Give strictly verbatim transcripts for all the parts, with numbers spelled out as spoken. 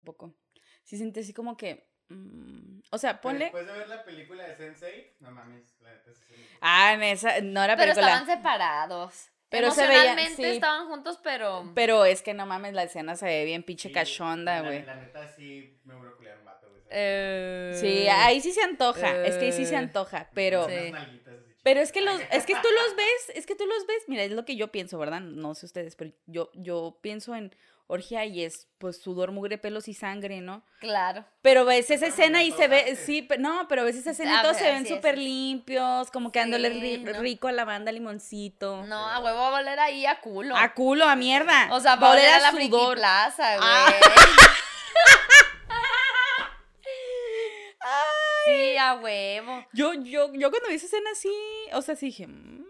poco. Sí sentí así como que... Mm, o sea, ponle... Después de ver la película de sense eight, no mames, la neta sí. Ah, en esa... No era Pero película. estaban separados. Pero se veía... Emocionalmente Sí, estaban juntos, pero... pero es que no mames, la escena se ve bien pinche Sí, cachonda, la- güey. La neta sí me hubiera culiado un vato, güey. Eh... Sí, ahí sí se antoja. Eh, Es que ahí sí se antoja, pero... Sí. Unas nalguitas así Pero es que los, chiquitas. es que tú los ves, es que tú los ves, mira, es lo que yo pienso, ¿verdad? No sé ustedes, pero yo, yo pienso en orgía y es pues sudor, mugre, pelos y sangre, ¿no? Claro. Pero ves esa Pero escena y no se ve, todas, sí, pe- no, pero ves esa escena y Ah, todos se pero ven así es. súper limpios, como que dándole Sí, ri- ¿no? rico a la banda, limoncito. No, a huevo va a oler ahí a culo. A culo, a mierda. O sea, va a oler a la Friki sudor. Plaza, güey. Ah. Sí, a huevo. Yo, yo, yo cuando vi esa escena así, o sea, sí dije... mm,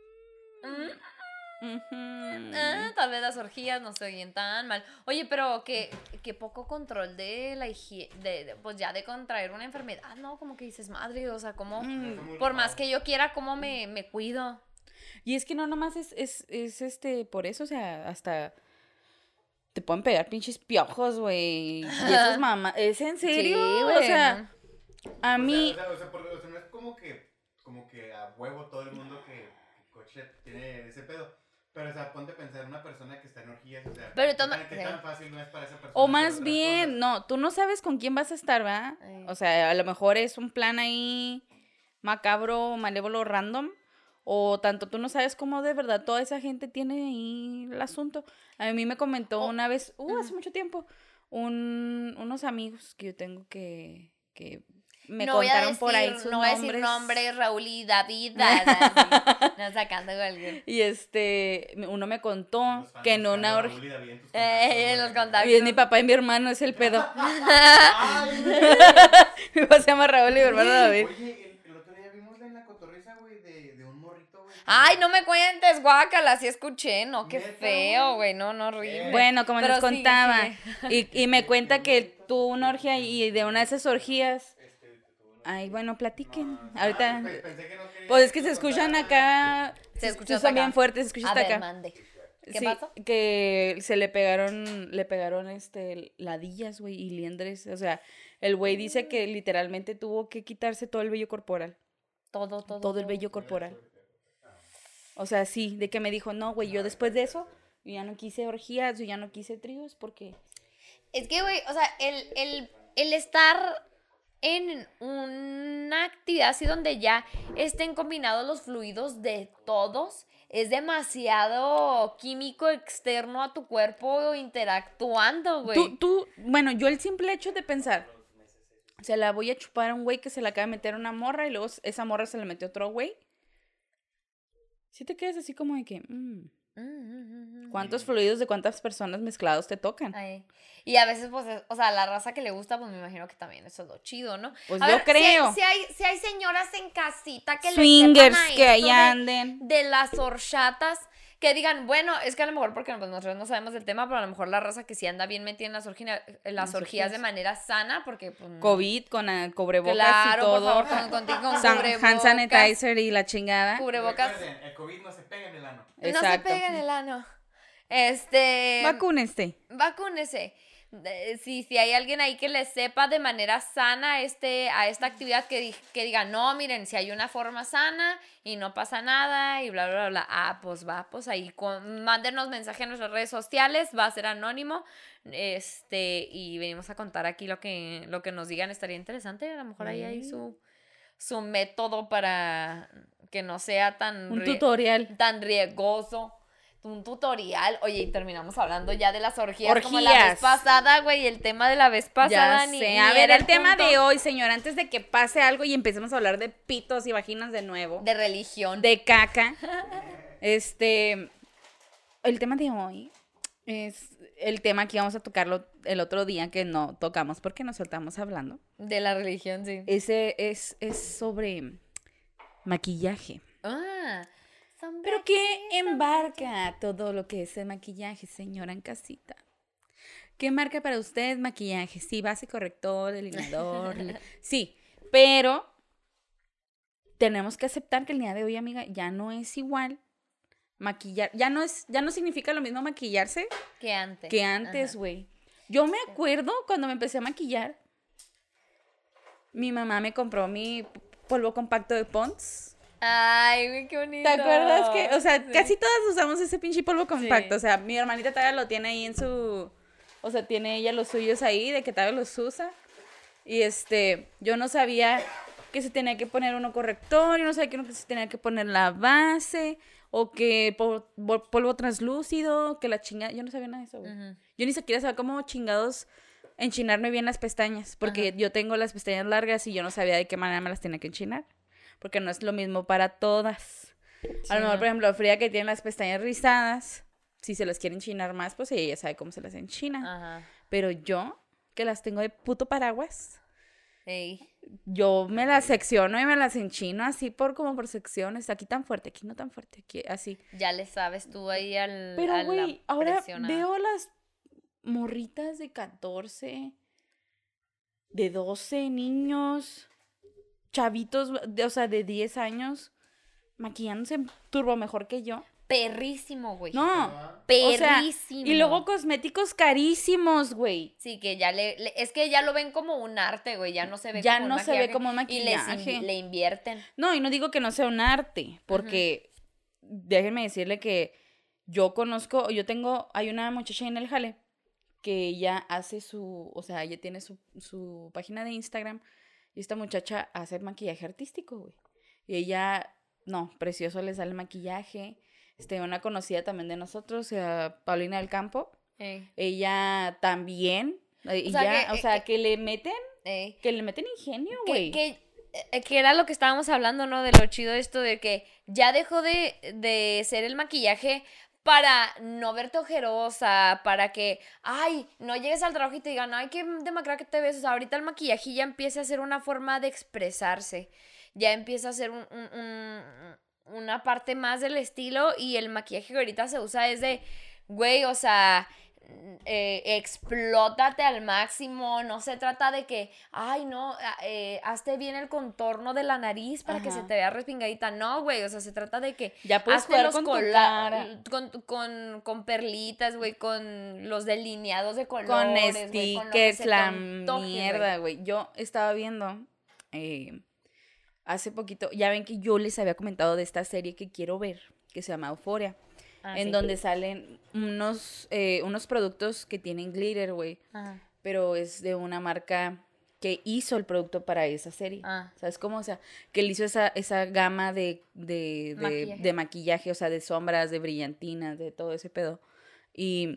Mm, ujú. ah, tal vez las orgías no se oyen tan mal. Oye, pero que, que poco control de la higiene, de, de, pues ya de contraer una enfermedad, ¿no? Como que dices, madre, o sea, como, Mm. por más que yo quiera, ¿cómo me, me cuido? Y es que no nomás es, es, es este, por eso, o sea, hasta te pueden pegar pinches piojos, güey. Y esas mamás, ¿es en serio? Sí, o güey, sea, ¿no? a O sea, mí, O sea, o sea, porque, o sea, no es como que, como que a huevo todo el mundo que, que coche tiene ese pedo. Pero, o sea, ponte a pensar en una persona que está en orgías, o sea, Pero ¿qué toma- tan, qué tan fácil no es para esa persona? o hacer más otras bien, cosas? no, tú no sabes con quién vas a estar, ¿verdad? Ay. O sea, a lo mejor es un plan ahí macabro, malévolo, random. O tanto tú no sabes cómo de verdad toda esa gente tiene ahí el asunto. A mí me comentó O- una vez, uh, hace Ujú. mucho tiempo, un, unos amigos que yo tengo que, que me no voy a contaron decir, por ahí sus no voy a nombres. decir nombres, Raúl y David, así, no sacando cualquier. Y este, uno me contó Los fans que en buscando una a orgía... Raúl y David en tus Eh, contactos, los güey. contactos. Y es mi papá y mi hermano, es el pedo. Ay, güey. Mi papá se llama Raúl y mi hermano David. Oye, el, el otro día vimos en la cotorriza, güey, de, de un morrito, güey. Ay, no me cuentes, guácala, sí escuché, no, qué ¿Neta, feo, güey? güey, no, no, horrible. Bueno, como Pero les sigue, contaba. sigue. Y, y me cuenta que tuvo una orgía y de una de esas orgías. Ay, bueno, platiquen. Ahorita. Pe- pensé que no quería Pues es que se lo escuchan contara. acá. Se Se escucha escuchan hasta acá. bien fuertes, se escucha A hasta ver, acá. mande. ¿Qué Sí, pasó? que se le pegaron, le pegaron este ladillas, güey, y liendres. O sea, el güey dice que literalmente tuvo que quitarse todo el vello corporal. Todo, todo. Todo el vello corporal. O sea, sí, de que me dijo, no, güey, yo después de eso, yo ya no quise orgías, yo ya no quise tríos, porque... Es que, güey, o sea, el, el, el estar en una actividad así donde ya estén combinados los fluidos de todos, es demasiado químico externo a tu cuerpo interactuando, güey. Tú, tú, bueno, yo el simple hecho de pensar, se la voy a chupar a un güey que se la acaba de meter a una morra y luego esa morra se la metió a otro güey. Si te quedas así como de que, mm, Mm, mm, mm, mm. ¿cuántos fluidos de cuántas personas mezclados te tocan? Ay. Y a veces, pues, es- o sea, la raza que le gusta, pues me imagino que también eso es lo chido, ¿no? Pues A yo ver, si creo. hay- Si hay, si hay, señoras en casita que Swingers le sepan a que ahí esto de- anden. de las horchatas, que digan, bueno, es que a lo mejor porque pues, nosotros no sabemos del tema, pero a lo mejor la raza que sí anda bien metida en las, orgina- en las Las orgías orgías. de manera sana, porque pues, COVID con ah, cubrebocas claro, y todo. por favor, con, contigo con San- cubrebocas, hand sanitizer y la chingada. cubrebocas, Recuerden, el COVID no se pega en el ano. no se Exacto. pega en el ano. Este... Vacúnese. Vacúnese. De- Si, si hay alguien ahí que le sepa de manera sana este, a esta actividad, que, di- que diga, no, miren, si hay una forma sana y no pasa nada y bla, bla, bla, bla. Ah, pues va, pues ahí con, mándenos mensaje en nuestras redes sociales, va a ser anónimo. Este, y venimos a contar aquí lo que, lo que nos digan, estaría interesante. A lo mejor ahí hay Sí. su, su método para que no sea tan, Un rie- tutorial. tan riesgoso. Un tutorial. Oye, y terminamos hablando ya de las orgías, como la Orgías. vez pasada, güey. El tema de la vez pasada Ya ni, sé. ni A ver, era el tema punto de hoy, señor, antes de que pase algo y empecemos a hablar de pitos y vaginas de nuevo. de religión. De caca. Este, el tema de hoy es el tema que íbamos a tocarlo el otro día que no tocamos porque nos soltamos hablando. De la religión, sí. Ese es, es sobre maquillaje. Ah. ¿Pero qué embarca todo lo que es el maquillaje, señora en casita? ¿Qué marca para usted maquillaje? Sí, base, corrector, delineador. li- Sí, pero tenemos que aceptar que el día de hoy, amiga, ya no es igual maquillar. Ya no es, ya no significa lo mismo maquillarse Que antes. que antes, Ajá. güey. Yo me acuerdo cuando me empecé a maquillar, mi mamá me compró mi polvo compacto de Pond's. Ay, güey, qué bonito. ¿Te acuerdas que, o sea, Sí. casi todas usamos ese pinche polvo compacto? Sí. O sea, mi hermanita todavía lo tiene ahí en su, o sea, tiene ella los suyos ahí, de que todavía los usa. Y este, yo no sabía que se tenía que poner uno corrector, yo no sabía que uno que se tenía que poner la base, o que polvo, polvo translúcido, que la chingada, yo no sabía nada de eso, güey. Ujú. Yo ni siquiera sabía cómo chingados enchinarme bien las pestañas, porque Ajá. yo tengo las pestañas largas y yo no sabía de qué manera me las tenía que enchinar, porque no es lo mismo para todas. A lo Sí, mejor, no. por ejemplo, Frida que tiene las pestañas rizadas, si se las quiere enchinar más, pues ella sabe cómo se las enchina. Ajá. Pero yo, que las tengo de puto paraguas, Ey. yo me las secciono y me las enchino así por como por secciones, aquí tan fuerte, aquí no tan fuerte, aquí así. Ya le sabes tú ahí al. Pero, a la güey, ahora presionada. veo las morritas de catorce, de doce niños, chavitos, de, o sea, de diez años, maquillándose turbo mejor que yo. Perrísimo, güey. No, Ah, o sea, Perrísimo. y luego cosméticos carísimos, güey. Sí, que ya le, le- Es que ya lo ven como un arte, güey. Ya no se ve Ya como no un se ve maquillaje, como un Y les in- maquillaje. le invierten. No, y no digo que no sea un arte, porque déjenme decirle que yo conozco, yo tengo, hay una muchacha en el jale que ella hace su, o sea, ella tiene su, su página de Instagram y esta muchacha hace maquillaje artístico, güey. Y ella, no, precioso le sale el maquillaje. Este, una conocida también de nosotros, eh, Paulina del Campo, Ey, ella también, eh, y sea ya, que, o eh, sea, eh, que le meten, ey. que le meten ingenio, Que, güey. que, eh, que era lo que estábamos hablando, ¿no? De lo chido esto de que ya dejó de, de ser el maquillaje para no verte ojerosa, para que, ay, no llegues al trabajo y te digan, ay, qué demacrada que te ves. O sea, ahorita el maquillaje ya empieza a ser una forma de expresarse, ya empieza a ser un, un- un- una parte más del estilo y el maquillaje que ahorita se usa es de, güey, o sea, eh, explótate al máximo, no se trata de que, ay, no, ah, eh, hazte bien el contorno de la nariz para que se Ajá. te vea respingadita, no, güey, o sea, se trata de que Ya puedes hazte jugar los con tu cola- cara. con, con, con perlitas, güey, con los delineados de colores, Con güey, con lo que stickers, se te la antoje, güey. mierda, güey. Yo estaba viendo eh, hace poquito, ya ven que yo les había comentado de esta serie que quiero ver, que se llama Euphoria, Ah, en sí. donde salen unos, eh, unos productos que tienen glitter, güey, Ajá. pero es de una marca que hizo el producto para esa serie. Ah. ¿Sabes cómo? O sea, que él hizo esa, esa gama de, de, de, Maquillaje. de maquillaje, o sea, de sombras, de brillantinas, de todo ese pedo. Y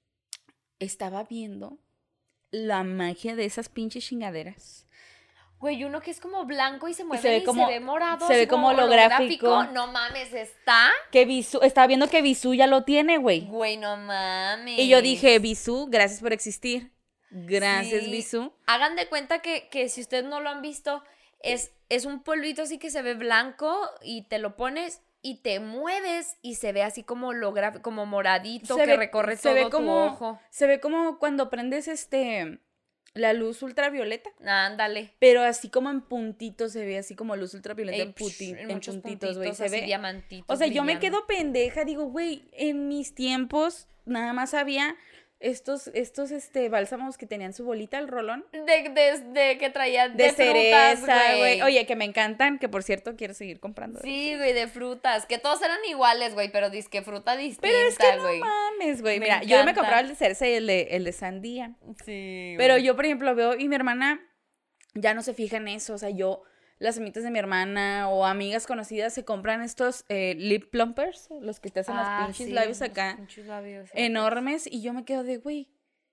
estaba viendo la magia de esas pinches chingaderas. Güey, uno que es como blanco y se mueve se ve y como- se ve morado. se ve así como holográfico. No mames, está. Que Bisú, estaba viendo que Bisú ya lo tiene, güey. Güey, no mames. Y yo dije, Bisú, gracias por existir. Gracias, Sí. Bisú. Hagan de cuenta que, que si ustedes no lo han visto, es, es un polvito así que se ve blanco y te lo pones y te mueves y se ve así como holográfico, como moradito, Se que ve- recorre se todo ve tu como- ojo. Se ve como cuando prendes este la luz ultravioleta, Ándale. pero así como en puntitos se ve, así como luz ultravioleta Ey, en, puti- psh, en muchos puntitos, güey, se así, ve. diamantitos O sea, yo me brillando. quedo pendeja, digo, güey, en mis tiempos nada más había estos, estos, este, bálsamos que tenían su bolita, el rolón. De, de, de que traía de, De, frutas, cereza, güey. güey. Oye, que me encantan, que por cierto quiero seguir comprando. Sí, güey, de frutas. Que todos eran iguales, güey, pero que fruta distinta, Pero es que no güey. mames, güey. Me Mira, yo me encanta. compraba el de cereza y el de, el de sandía. Sí, güey. Pero yo, por ejemplo, veo y mi hermana ya no se fija en eso. O sea, yo, las amigas de mi hermana o amigas conocidas se compran estos eh, lip plumpers, los que te hacen Ah, los pinches sí, labios los acá, pinches labios, enormes. Y yo me quedo de, güey,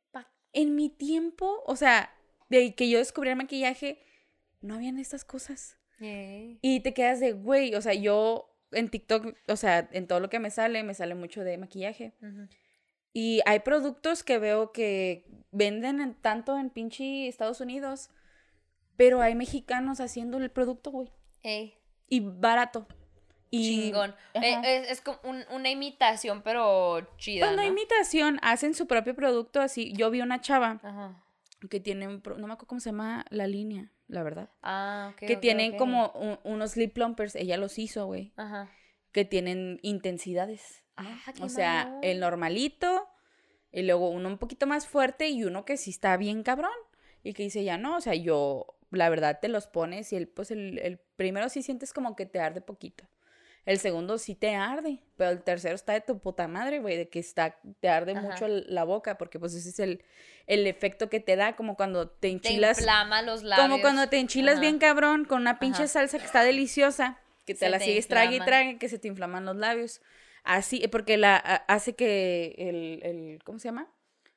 en mi tiempo, o sea, de que yo descubrí el maquillaje, no habían estas cosas. Yeah. Y te quedas de, güey, o sea, yo en TikTok, o sea, en todo lo que me sale, me sale mucho de maquillaje. Ujú. Y hay productos que veo que venden en, tanto en pinche Estados Unidos, pero hay mexicanos haciendo el producto, güey. Ey, Y barato. Y, chingón. Eh, ajá. es es como un- una imitación, pero chida, Cuando hay ¿no? imitación, hacen su propio producto así. Yo vi una chava Ajá. que tiene, un pro- no me acuerdo cómo se llama la línea, la verdad. Ah, ok, que ok, tienen ok. como un- unos lip plumpers, ella los hizo, güey. Ajá. Que tienen intensidades. ¿no? Ah, qué O sea, mamón. el normalito, Y luego uno un poquito más fuerte y uno que sí está bien cabrón. Y que dice, ya no, o sea, yo, la verdad, te los pones y el, pues el, el primero sí sientes como que te arde poquito. El segundo sí te arde, pero el tercero está de tu puta madre, güey, de que está, te arde Ajá. mucho la boca, porque pues ese es el, el efecto que te da, como cuando te enchilas. Te inflama los labios. Como cuando te enchilas Ajá. bien cabrón con una pinche Ajá. salsa que está deliciosa, que te Se la te sigues trague y inflaman. trague, que se te inflaman los labios. Así, porque la a- hace que el, el, ¿cómo se llama?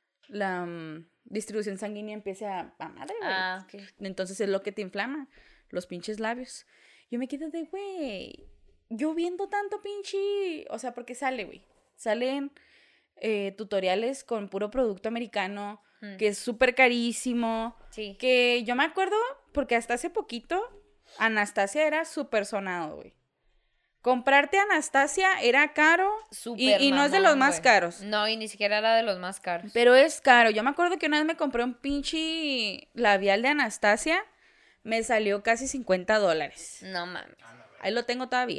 La um, distribución sanguínea empiece a, a madre, güey. Ah, ok. Entonces es lo que te inflama, los pinches labios. Yo me quedo de, güey, yo viendo tanto pinche, o sea, porque sale, güey. Salen eh, tutoriales con puro producto americano, Mm. que es súper carísimo. Sí. Que yo me acuerdo, porque hasta hace poquito, Anastasia era súper sonado, güey. Comprarte Anastasia era caro y, Súper y no es de mamón, los más güey. caros. No, y ni siquiera era de los más caros. Pero es caro. Yo me acuerdo que una vez me compré un pinche labial de Anastasia. Me salió casi cincuenta dólares. No mames. Ahí lo tengo todavía.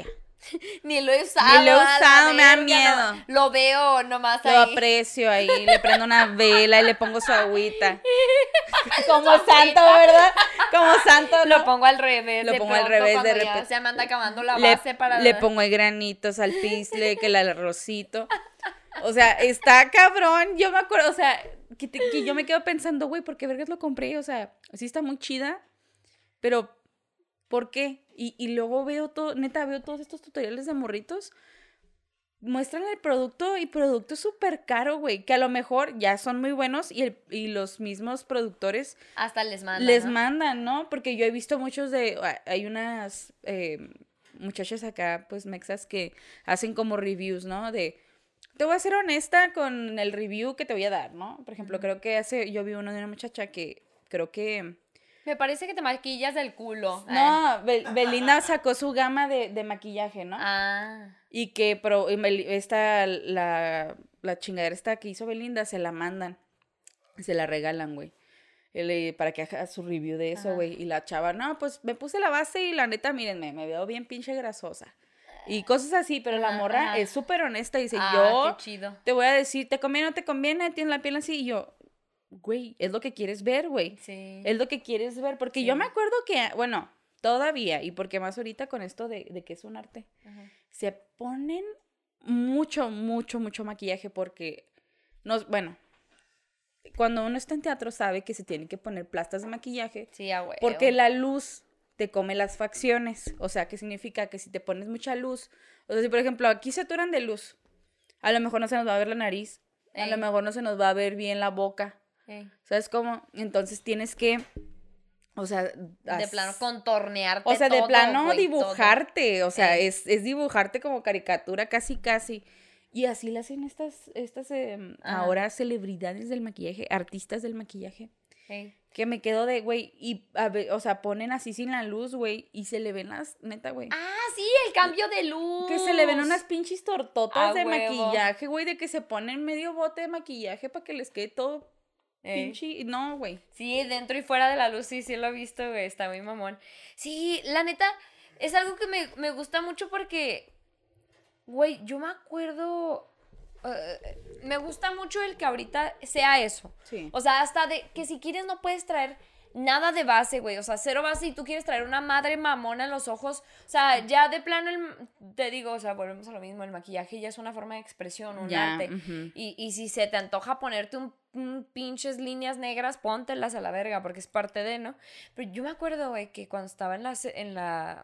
Ni lo he usado. Ni lo he a la usado, me da verga, miedo. no. Lo veo nomás Lo ahí. aprecio ahí. Le prendo una vela y le pongo su agüita. Como santo, ¿verdad? Como santo, ¿no? Lo pongo al revés. Lo de pongo al pronto revés, cuando de ya repente. se me anda acabando la le, base para... le pongo ahí granitos al pisle, que el arrocito. O sea, está cabrón. Yo me acuerdo, o sea, que, te- que yo me quedo pensando, güey, ¿por qué vergas lo compré? O sea, sí está muy chida, pero ¿por qué? Y, y luego veo todo, neta, veo todos estos tutoriales de morritos. Muestran el producto y producto súper caro, güey, que a lo mejor ya son muy buenos y, el, y los mismos productores Hasta les mandan, les ¿no? mandan, ¿no? Porque yo he visto muchos de, hay unas eh, muchachas acá, pues mexas, que hacen como reviews, ¿no? De, te voy a ser honesta con el review que te voy a dar, ¿no? Por ejemplo, Ujú. creo que hace, yo vi uno de una muchacha que creo que... Me parece que te maquillas del culo. Eh. No, Be- Belinda sacó su gama de, de maquillaje, ¿no? Ah. Y que pro, y Mel- esta, la, la chingadera esta que hizo Belinda, se la mandan, se la regalan, güey. El, para que haga su review de eso, Ajá. güey. Y la chava, no, pues me puse la base y la neta, mírenme, me veo bien pinche grasosa. Y cosas así, pero la Ajá, morra ajá. es súper honesta y dice, Ah, yo qué chido. te voy a decir, ¿te conviene o no te conviene? Tienes la piel así. Y yo, güey, es lo que quieres ver, güey. Sí. Es lo que quieres ver. Porque Sí. yo me acuerdo que, bueno, todavía, y porque más ahorita con esto de, de que es un arte, Ajá. se ponen mucho, mucho, mucho maquillaje porque, nos, bueno, cuando uno está en teatro sabe que se tienen que poner plastas de maquillaje Sí, a huevo. porque la luz te come las facciones. O sea, ¿qué significa? Que si te pones mucha luz, o sea, si por ejemplo aquí se aturan de luz, a lo mejor no se nos va a ver la nariz, a Ey. lo mejor no se nos va a ver bien la boca. Ey. ¿Sabes cómo? Entonces tienes que, o sea, De as- plano contornearte o sea, de todo, plano güey, dibujarte, o sea, Ey. es, es dibujarte como caricatura casi, casi. Y así le hacen estas, estas em, Ajá. ahora celebridades del maquillaje, artistas del maquillaje, todo. Ey. que me quedo de, güey, y, a ve- o sea, ponen así sin la luz, güey, y se le ven las, neta, güey. Ah, sí, el cambio de luz. Que se le ven unas pinches tortotas A de huevo. maquillaje, güey, de que se ponen medio bote de maquillaje para que les quede todo Ey. pinche. No, güey. Sí, dentro y fuera de la luz, sí, sí lo he visto, güey, está muy mamón. Sí, la neta, es algo que me, me gusta mucho porque, güey, yo me acuerdo, eh, me gusta mucho el que ahorita sea eso. Sí. O sea, hasta de que si quieres no puedes traer nada de base, güey. O sea, cero base y tú quieres traer una madre mamona en los ojos. O sea, ya de plano, el, te digo, o sea, volvemos a lo mismo. El maquillaje ya es una forma de expresión, un Ya, arte. ujú. Y, y si se te antoja ponerte un, un pinches líneas negras, póntelas a la verga, porque es parte de, ¿no? Pero yo me acuerdo, güey, que cuando estaba en la, se- en la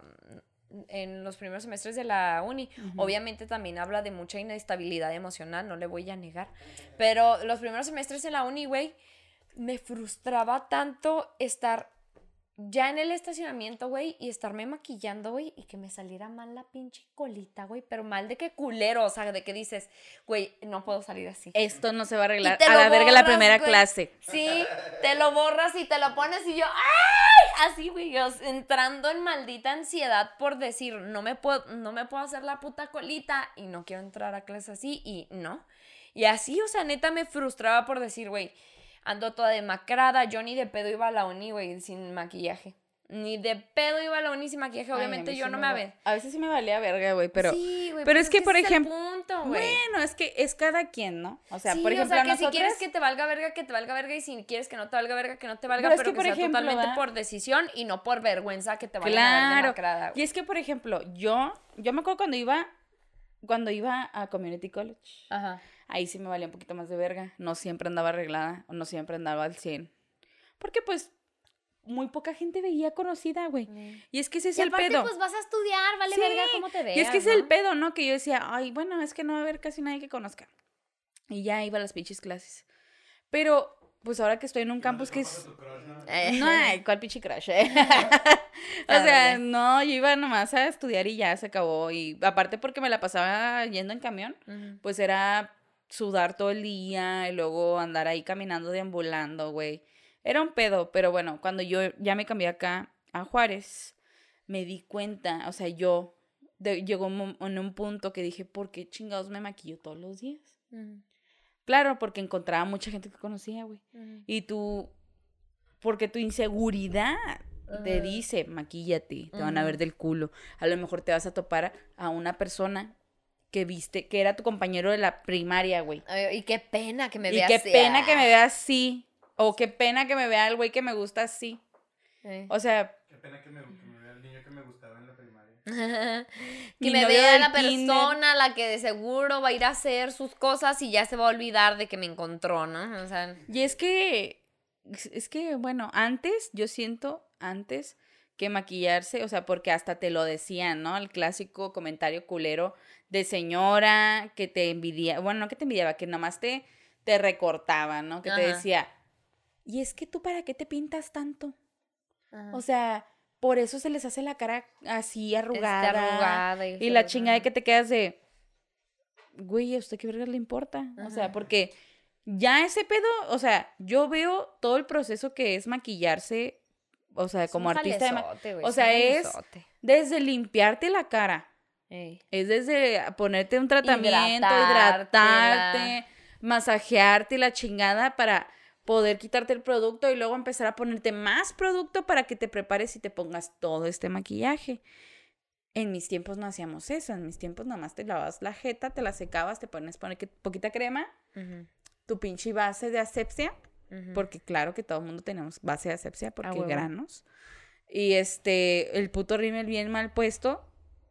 en los primeros semestres de la uni, Ujú. obviamente también habla de mucha inestabilidad emocional, no le voy a negar, pero los primeros semestres en la uni, güey, me frustraba tanto estar ya en el estacionamiento, güey, y estarme maquillando, güey, y que me saliera mal la pinche colita, güey, pero mal de que culero, o sea, de que dices, güey, no puedo salir así. Esto no se va a arreglar. Y te A lo la verga la borras, primera güey. clase. Sí, te lo borras y te lo pones y yo, ¡ay! Así, güey, yo entrando en maldita ansiedad por decir, no me puedo, no me puedo hacer la puta colita y no quiero entrar a clase así y no. Y así, o sea, neta me frustraba por decir, güey, ando toda demacrada, yo ni de pedo iba a la uni, güey, sin maquillaje. Ni de pedo iba a la uni sin maquillaje, Ay, a obviamente mí yo sí no me me va- ave. A veces sí me valía verga, güey, pero... Sí, güey, pero pues es que, por ese el ejemplo- punto, güey. Bueno, es que es cada quien, ¿no? O sea, sí, por ejemplo, o sea, que nosotras... si quieres que te valga verga, que te valga verga, y si quieres que no te valga verga, que no te valga, Pero pero, es que, que, por sea ejemplo, totalmente ¿verdad? por decisión y no por vergüenza que te vayan a ver Claro. demacrada, Y güey. es que, por ejemplo, yo, yo me acuerdo cuando iba, cuando iba a Community College. Ajá. Ahí sí me valía un poquito más de verga. No siempre andaba arreglada, o no siempre andaba al cien. Porque, pues, muy poca gente veía conocida, güey. Mm. Y es que ese es Y el aparte, pedo. pues vas a estudiar, vale Sí, verga cómo te veas, Y es que es ¿no? el pedo, ¿no? Que yo decía, ay, bueno, es que no va a haber casi nadie que conozca. Y ya iba a las pinches clases. Pero, pues ahora que estoy en un campus que es... Eh. No, ay, ¿cuál pinche crush? eh? O sea, Ándale. no, yo iba nomás a estudiar y ya se acabó. Y aparte porque me la pasaba yendo en camión, Ujú. pues era sudar todo el día y luego andar ahí caminando, deambulando, güey. Era un pedo, pero bueno, cuando yo ya me cambié acá a Juárez, me di cuenta, o sea, yo de- llegó un mo- en un punto que dije, ¿por qué chingados me maquillo todos los días? Ujú. Claro, porque encontraba mucha gente que conocía, güey. Ujú. Y tú, porque tu inseguridad te Ajá. dice, maquíllate, te van a Ujú. ver del culo. A lo mejor te vas a topar a una persona que viste, que era tu compañero de la primaria, güey. Ay, y qué pena que me Y veas qué así. pena que me vea así. O qué pena que me vea el güey que me gusta así. Eh. O sea, Qué pena que me, que me vea el niño que me gustaba en la primaria. Que Mi me novio vea del la kinder. persona la que de seguro va a ir a hacer sus cosas y ya se va a olvidar de que me encontró, ¿no? O sea, y es que, es que, bueno, antes, yo siento, antes que maquillarse, o sea, porque hasta te lo decían, ¿no? El clásico comentario culero de señora que te envidia, bueno, no que te envidiaba, que nomás te, te recortaba, ¿no? Que te Ajá. decía, y es que tú, ¿para qué te pintas tanto? ajá. O sea, por eso se les hace la cara así arrugada. Está arrugada Y la chingada que te quedas de, güey, ¿a usted qué verga le importa? O sea, Ajá. porque ya ese pedo, o sea, yo veo todo el proceso que es maquillarse, o sea, como artista de ma- o sea, es desde limpiarte la cara, es desde ponerte un tratamiento, Hidratártela. hidratarte, masajearte y la chingada para poder quitarte el producto y luego empezar a ponerte más producto para que te prepares y te pongas todo este maquillaje. En mis tiempos no hacíamos eso, en mis tiempos nada más te lavabas la jeta, te la secabas, te pones poner que- poquita crema, Ujú, tu pinche base de asepsia, ujú. porque claro que todo el mundo tenemos base de asepsia porque huevo. granos. Y este, el puto rímel bien mal puesto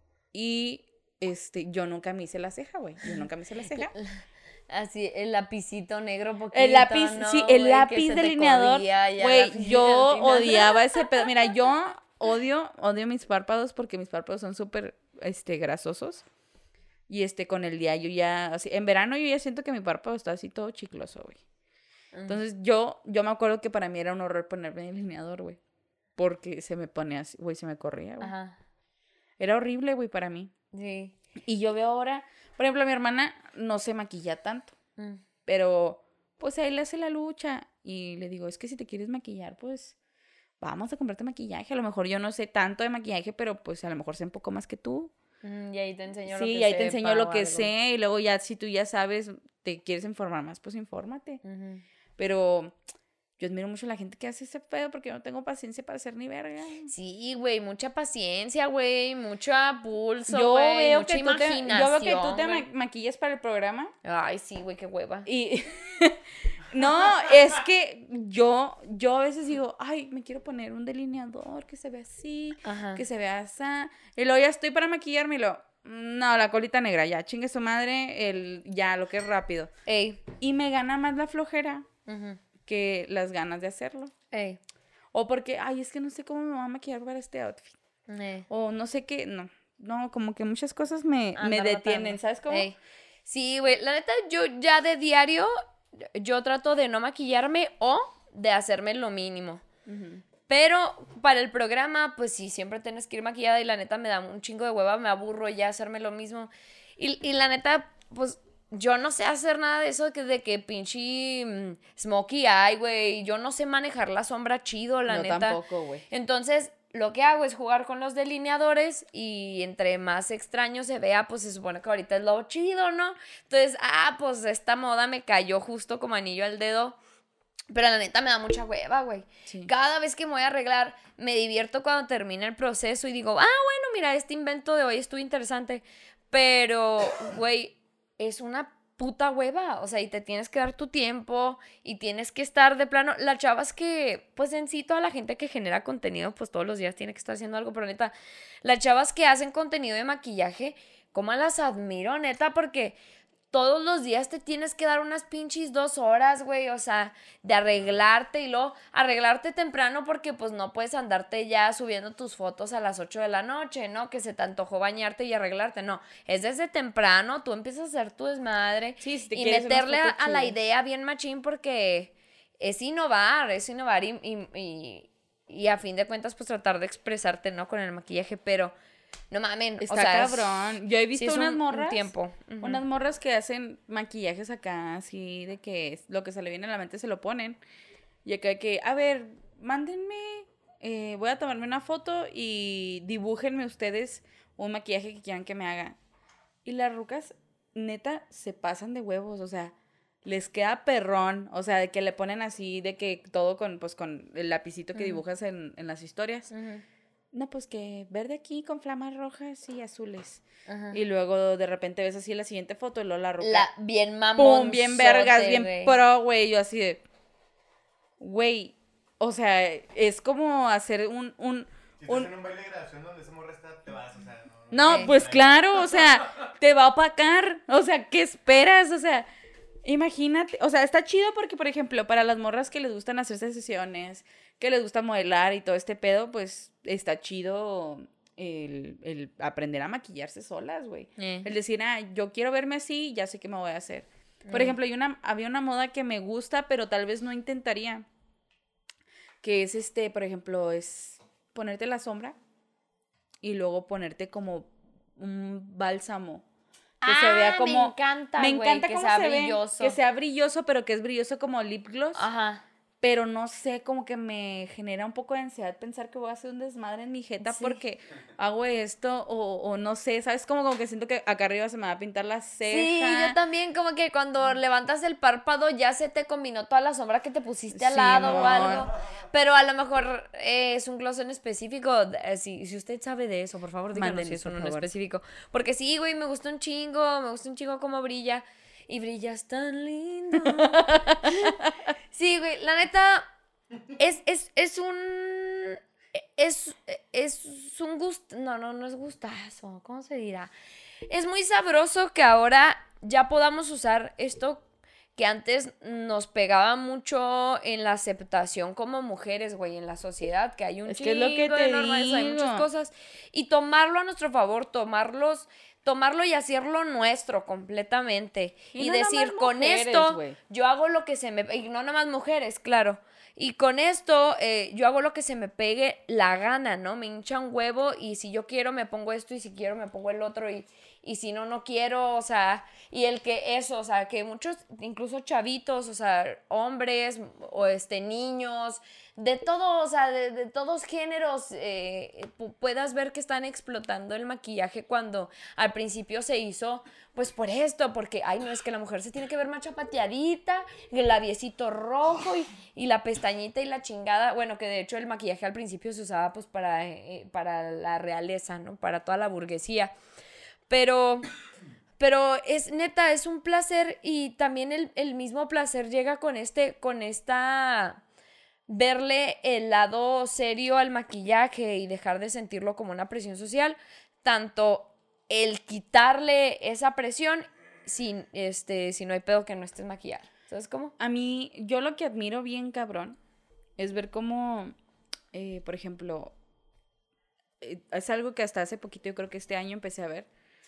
y este, yo nunca me hice la ceja, güey, yo nunca me hice la ceja. Así, el lapicito negro poquito, El lápiz, ¿no, sí, el güey? Que lápiz se te delineador, corría ya güey, al fin- yo al final. odiaba ese pedo. Mira, yo odio, odio mis párpados porque mis párpados son súper, este, grasosos. Y este, con el día yo ya, así, en verano yo ya siento que mi párpado está así todo chicloso, güey. Entonces yo, yo me acuerdo que para mí era un horror ponerme delineador, güey. Porque se me ponía así, güey, se me corría, güey. Ajá, Era horrible, güey, para mí. sí. Y yo veo ahora, por ejemplo, mi hermana no se maquilla tanto. Mm. Pero, pues ahí le hace la lucha. Y le digo, es que si te quieres maquillar, pues vamos a comprarte maquillaje. A lo mejor yo no sé tanto de maquillaje, pero pues a lo mejor sé un poco más que tú. Mm, y ahí te enseño lo Sí, que y ahí te sepa enseño lo o que algo. sé. Y luego ya, si tú ya sabes, te quieres informar más, pues infórmate. Ujú. Pero yo admiro mucho a la gente que hace ese pedo porque yo no tengo paciencia para hacer ni verga. Sí, güey, mucha paciencia, güey, mucha pulso, Yo güey, veo, mucha que tú te, imaginación, yo veo que tú te güey. ma- maquillas para el programa. Ay, sí, güey, qué hueva. Y no, es que yo, yo a veces digo, ay, me quiero poner un delineador que se vea así, Ajá. que se vea así. Y luego ya estoy para maquillarme y lo, no, la colita negra, ya, chingue su madre, el, ya, lo que es rápido. Ey. Y me gana más la flojera Ujú. que las ganas de hacerlo. Ey. O porque, ay, es que no sé cómo me voy a maquillar para este outfit. Ey. O no sé qué, no, no, como que muchas cosas me, me Andar detienen, matando. ¿sabes cómo? Ey. Sí, güey, la neta, yo ya de diario, yo trato de no maquillarme o de hacerme lo mínimo. Ujú. Pero para el programa, pues sí, siempre tienes que ir maquillada y la neta me da un chingo de hueva, me aburro ya hacerme lo mismo. Y, y la neta, pues yo no sé hacer nada de eso de que, de que pinche mm, smokey eye, güey. Yo no sé manejar la sombra chido, la Yo neta. tampoco, güey. Entonces, lo que hago es jugar con los delineadores y entre más extraño se vea, pues se supone que ahorita es lo chido, ¿no? Entonces, ah, pues esta moda me cayó justo como anillo al dedo. Pero la neta me da mucha hueva, güey. Sí. Cada vez que me voy a arreglar, me divierto cuando termina el proceso y digo, ah, bueno, mira, este invento de hoy estuvo interesante. Pero, güey, es una puta hueva, o sea, y te tienes que dar tu tiempo y tienes que estar de plano, las chavas que, pues en sí, toda la gente que genera contenido, pues todos los días tiene que estar haciendo algo, pero neta, las chavas que hacen contenido de maquillaje, cómo las admiro, neta, porque todos los días te tienes que dar unas pinches dos horas, güey, o sea, de arreglarte y luego arreglarte temprano porque pues no puedes andarte ya subiendo tus fotos a las ocho de la noche, ¿no? Que se te antojó bañarte y arreglarte, no, es desde temprano, tú empiezas a hacer tu desmadre Sí, si te y quieres unas meterle a, fotos a la chidas. idea bien machín porque es innovar, es innovar y, y, y, y a fin de cuentas pues tratar de expresarte, ¿no? Con el maquillaje, pero no mamen, Está o sea, es- cabrón. Yo he sí visto es un- unas un morras. tiempo. Ujú. Unas morras que hacen maquillajes acá, así de que es- lo que se le viene a la mente se lo ponen. Y acá que, a ver, mándenme, eh, voy a tomarme una foto y dibújenme ustedes un maquillaje que quieran que me haga. Y las rucas, neta, se pasan de huevos, o sea, les queda perrón, o sea, de que le ponen así, de que todo con, pues, con el lapicito que Ujú. dibujas en, en las historias. Ujú. No, pues que verde aquí con flamas rojas y azules. Ajá. Y luego de repente ves así la siguiente foto y luego la ruca. La, bien mamón. ¡Pum! Bien vergas, bien pro, güey. Yo así de. Güey. O sea, es como hacer un. un Si estás un... en un baile de graduación donde esa morra está, te vas, o sea, no. No, Sí. pues claro, o sea, te va a opacar. O sea, ¿qué esperas? O sea, imagínate. O sea, está chido porque, por ejemplo, para las morras que les gustan hacerse sesiones, que les gusta modelar y todo este pedo, pues está chido el, el aprender a maquillarse solas, güey. Eh. El decir, ah, yo quiero verme así, ya sé qué me voy a hacer. Por Mm. ejemplo, hay una, había una moda que me gusta, pero tal vez no intentaría. Que es este, por ejemplo, es ponerte la sombra y luego ponerte como un bálsamo. Que se vea como. Me encanta, Me güey, encanta que cómo sea se ve, brilloso. que sea brilloso, pero que es brilloso como lip gloss. Ajá. Pero no sé, como que me genera un poco de ansiedad pensar que voy a hacer un desmadre en mi jeta Sí. porque hago esto o, o no sé, ¿sabes? Como, como que siento que acá arriba se me va a pintar la ceja. Sí, yo también como que cuando levantas el párpado ya se te combinó toda la sombra que te pusiste al Sí, lado o mon. algo. Pero a lo mejor eh, es un gloss en específico. eh, si, si usted sabe de eso, por favor, díganos Mándenos, si es por uno en favor. específico. Porque sí, güey, me gusta un chingo, me gusta un chingo cómo brilla. Y brillas tan lindo. Sí, güey, la neta, es, es, es un... Es, es un gusto... No, no, no es gustazo. ¿Cómo se dirá? Es muy sabroso que ahora ya podamos usar esto que antes nos pegaba mucho en la aceptación como mujeres, güey, en la sociedad, que hay un Es que chingo es lo que de te normas, hay muchas digo. cosas, y tomarlo a nuestro favor, tomarlos, tomarlo y hacerlo nuestro completamente, Y y, no decir, nomás con mujeres, esto, güey. yo hago lo que se me... Y no nada más mujeres, claro. Y con esto, eh, yo hago lo que se me pegue la gana, ¿no? Me hincha un huevo y si yo quiero me pongo esto y si quiero me pongo el otro y, y si no, no quiero, o sea, y el que eso, o sea, que muchos, incluso chavitos, o sea, hombres o este, niños, de todo, o sea, de, de todos géneros, eh, pu- puedas ver que están explotando el maquillaje cuando al principio se hizo, pues por esto, porque, ay, no, es que la mujer se tiene que ver más chapateadita, el labiecito rojo y, y la pestañita y la chingada, bueno, que de hecho el maquillaje al principio se usaba pues para, eh, para la realeza, ¿no? Para toda la burguesía, pero... Pero es neta, es un placer y también el, el mismo placer llega con este, con esta, verle el lado serio al maquillaje y dejar de sentirlo como una presión social, tanto el quitarle esa presión sin, este, si no hay pedo que no estés maquillada. ¿Sabes cómo? A mí, yo lo que admiro bien, cabrón, es ver cómo, eh, por ejemplo, eh, es algo que hasta hace poquito, yo creo que este año empecé a ver,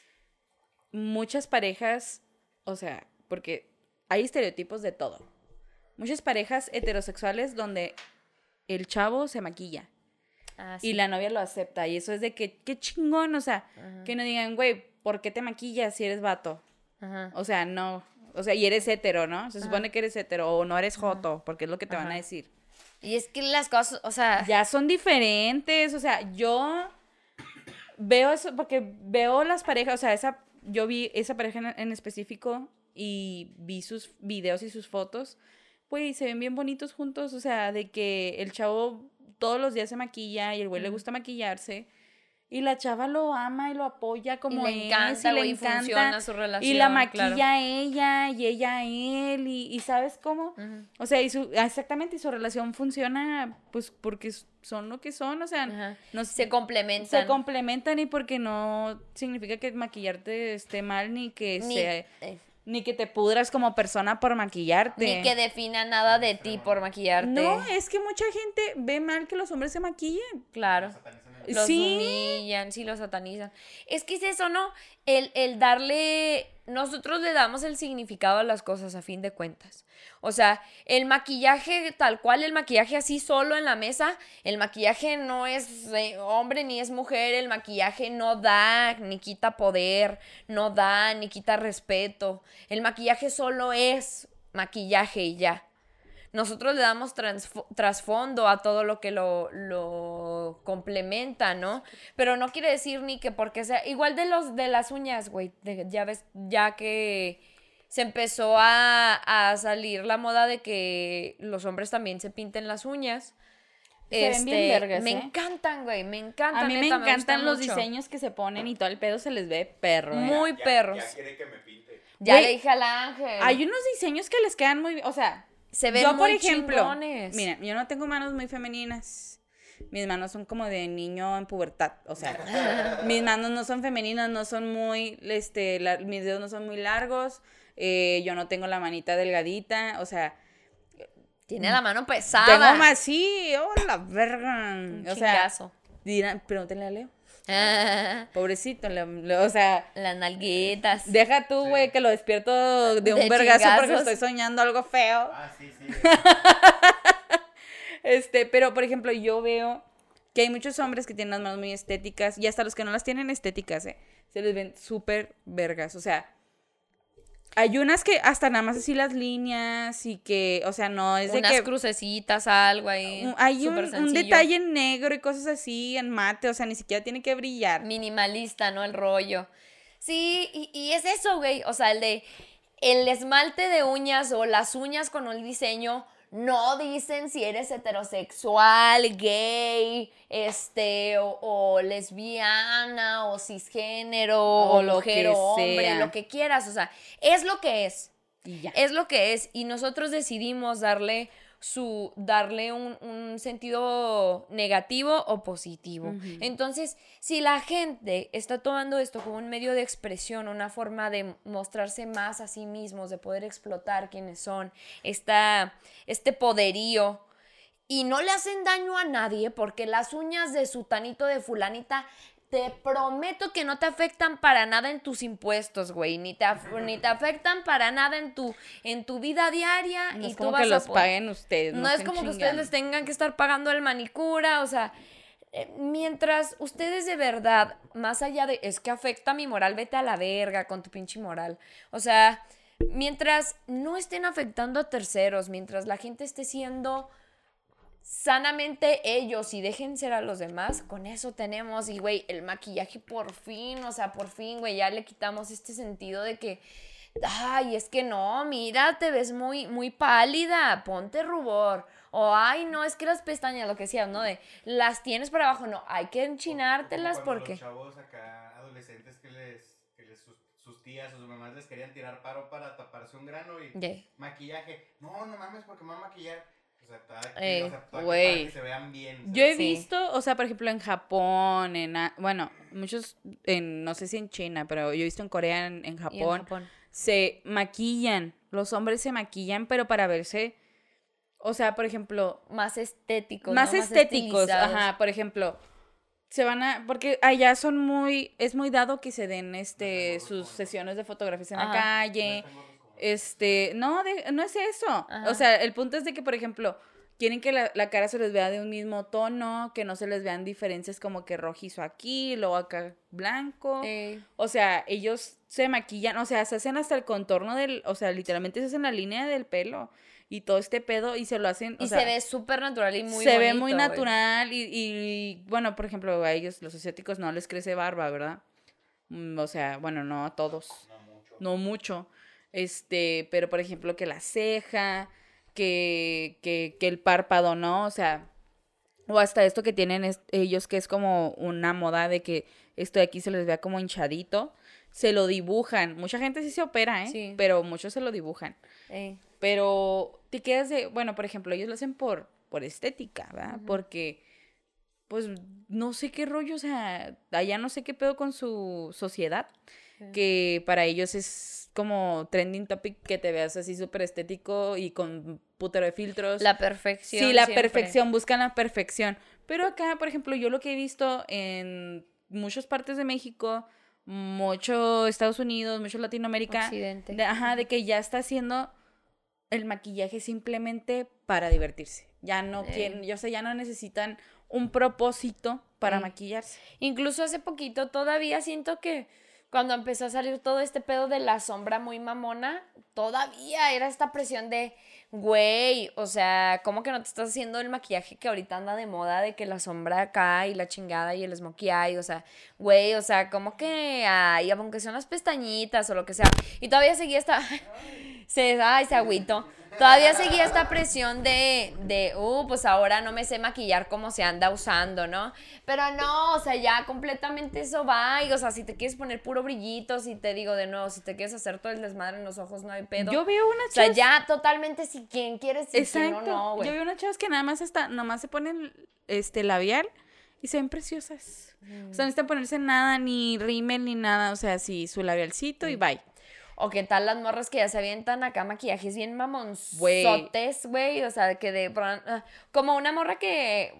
muchas parejas, o sea, porque hay estereotipos de todo. Muchas parejas heterosexuales donde el chavo se maquilla Ah, y la novia lo acepta. Y eso es de que, qué chingón, o sea, Ajá. que no digan, güey, ¿por qué te maquillas si eres vato? Ajá. O sea, no. O sea, y eres hetero, ¿no? Se supone que eres hetero o no eres joto, porque es lo que te van a Ajá. decir. Y es que las cosas, o sea... Ya son diferentes, o sea, yo veo eso, porque veo las parejas, o sea, esa, yo vi esa pareja en, en específico y vi sus videos y sus fotos, pues se ven bien bonitos juntos, o sea, de que el chavo todos los días se maquilla y el güey le Ujú. gusta maquillarse y la chava lo ama y lo apoya como y le es, encanta, y le güey, encanta, funciona su relación. y la maquilla claro. a ella, y ella a él, y, y ¿sabes cómo? Ujú. O sea, y su, exactamente, y su relación funciona, pues, porque son lo que son, o sea, Ajá. no Se complementan. se complementan, y porque no significa que maquillarte esté mal, ni que Ni, sea... eh, Ni que te pudras como persona por maquillarte. ni que defina nada de ti por maquillarte. No, es que mucha gente ve mal que los hombres se maquillen. Claro. Los satanizan en el- Los Sí. humillan, sí, los satanizan. Es que es eso, ¿no? El, el darle... Nosotros le damos el significado a las cosas a fin de cuentas. O sea, el maquillaje, tal cual, el maquillaje así solo en la mesa, el maquillaje no es eh, hombre ni es mujer, el maquillaje no da ni quita poder, no da ni quita respeto. El maquillaje solo es maquillaje y ya. Nosotros le damos transfo- trasfondo a todo lo que lo, lo complementa, ¿no? Pero no quiere decir ni que porque sea... Igual de los de las uñas, güey. de- Ya ves, ya que se empezó a, a salir la moda de que los hombres también se pinten las uñas. Se ven bien vergas, me ¿eh? encantan, güey. Me encantan. A mí me neta, encantan gustan los mucho. diseños que se ponen y todo el pedo se les ve perro, ¿eh? Muy Ya- perros. Ya quiere que me pinte. Ya Güey, le dije al ángel. Hay unos diseños que les quedan muy bien, o sea... Se ven yo, por muy ejemplo, chingones. mira, yo no tengo manos muy femeninas. Mis manos son como de niño en pubertad, o sea, mis manos no son femeninas, no son muy, este, la- mis dedos no son muy largos, eh, yo no tengo la manita delgadita, o sea, Tiene la mano pesada. tengo más, sí, oh, la verga, Un o sea, chingazo. dirán, pregúntale a Leo, Ah, pobrecito, le- le- o sea, las nalguitas. deja tú, güey, que lo despierto de un De vergazo porque chingazos. estoy soñando algo feo. Ah, sí, sí. Este, pero por ejemplo, yo veo que hay muchos hombres que tienen las manos muy estéticas y hasta los que no las tienen estéticas, ¿eh? Se les ven súper vergas. O sea, hay unas que hasta nada más así las líneas y que, o sea, no es de Unas que... crucecitas, algo ahí. un- Hay un, súper un sencillo. detalle en negro y cosas así, en mate, o sea, ni siquiera tiene que brillar. Minimalista, ¿no? El rollo. Sí, y, y es eso, güey. O sea, el de el esmalte de uñas o las uñas con un diseño no dicen si eres heterosexual, gay, este, o, o lesbiana, o cisgénero, O o, lo mujer que o hombre, sea. lo que quieras. O sea, es lo que es. Y ya. Es lo que es. Y nosotros decidimos darle su darle un, un sentido negativo o positivo. Ujú. Entonces, si la gente está tomando esto como un medio de expresión, una forma de mostrarse más a sí mismos, de poder explotar quiénes son, esta, este poderío, y no le hacen daño a nadie, porque las uñas de sutanito, de fulanita, te prometo que no te afectan para nada en tus impuestos, güey. Ni te, af- ni te afectan para nada en tu, en tu vida diaria. No y es tú como vas que a los po- paguen ustedes. No, es estén como que ustedes chingando. les tengan que estar pagando el manicura. O sea, eh, mientras ustedes de verdad, más allá de, es que afecta mi moral, vete a la verga con tu pinche moral. O sea, mientras no estén afectando a terceros, mientras la gente esté siendo sanamente ellos y dejen ser a los demás, con eso tenemos. Y güey, el maquillaje por fin, o sea, por fin, güey, ya le quitamos este sentido de que, ay, es que no, mira, te ves muy, muy pálida, ponte rubor. O ay, no, es que las pestañas, lo que decías, ¿no? De las tienes para abajo, no, hay que enchinártelas Como cuando porque... Los chavos acá, adolescentes que les, que les sus, sus tías o sus mamás les querían tirar paro para taparse un grano y Yeah. maquillaje. No, no mames, porque me voy a maquillar. O sea, para Ey, que, o sea, para que- güey. para que se vean bien. o sea, Yo he Sí. visto, o sea, por ejemplo, en Japón, en, a- bueno, muchos, en, no sé si en China, pero yo he visto en Corea, en, en Y en Japón, Japón. se maquillan, los hombres se maquillan, pero para verse, o sea, por ejemplo, Más estéticos, más ¿no? estéticos, estilizados. ajá, por ejemplo, se van a, porque allá son muy, es muy dado que se den, este, sus sesiones de fotografías en la Ajá. no calle, están gordos como- este, no, de- no es eso. Ajá. O sea, el punto es de que, por ejemplo, quieren que la, la cara se les vea de un mismo tono, que no se les vean diferencias como que rojizo aquí, luego acá blanco. Ey. O sea, ellos se maquillan, o sea, se hacen hasta el contorno del, o sea, literalmente se hacen la línea del pelo y todo este pedo y se lo hacen, o Y sea, se ve súper natural y muy se ve bonito, muy güey. natural y, y, bueno, por ejemplo, a ellos, los asiáticos, no les crece barba, ¿verdad? Mm, O sea, bueno, no a todos. No mucho. No mucho. Este, pero por ejemplo que la ceja, que, que, que el párpado, ¿no? O sea, O hasta esto que tienen es- ellos, que es como una moda de que esto de aquí se les vea como hinchadito. Se lo dibujan. Mucha gente sí se opera, ¿eh? Sí. Pero muchos se lo dibujan. Eh, Pero te quedas de, bueno, por ejemplo, ellos lo hacen por, por estética, ¿verdad? Ujú. Porque, pues, no sé qué rollo, o sea, allá no sé qué pedo con su sociedad, Sí. que para ellos es como trending topic que te veas así súper estético y con putero de filtros. la perfección. Sí, la siempre. perfección, buscan la perfección. Pero acá, por ejemplo, yo lo que he visto en muchas partes de México, mucho Estados Unidos, mucho Latinoamérica, Occidente. de, ajá, de que ya está haciendo el maquillaje simplemente para divertirse. Ya no Ey. quieren, yo sé, ya no necesitan un propósito para Ey. maquillarse. Incluso hace poquito todavía siento que cuando empezó a salir todo este pedo de la sombra muy mamona, todavía era esta presión de, güey, o sea, ¿cómo que no te estás haciendo el maquillaje que ahorita anda de moda de que la sombra acá y la chingada y el smokey eye? O sea, güey, o sea, ¿cómo que ay, aunque sean las pestañitas o lo que sea? Y todavía seguía esta... Se, ay, se agüito. Todavía seguía esta presión de, de, uh, pues ahora no me sé maquillar como se anda usando, ¿no? Pero no, o sea, ya completamente eso va. Y, o sea, si te quieres poner puro brillito, si te digo de nuevo, si te quieres hacer todo el desmadre en los ojos, no hay pedo. Yo veo unas O sea, chavas- ya totalmente si quien quieres, si quien Exacto. no, no, güey. Yo veo unas chavas que nada más hasta, nomás se ponen este labial y se ven preciosas. O sea, no necesitan ponerse nada, ni rímel, ni nada. O sea, sí, su labialcito y bye. O qué tal las morras que ya se avientan acá maquillajes bien mamonzotes, güey. O sea, que de... ah, como una morra que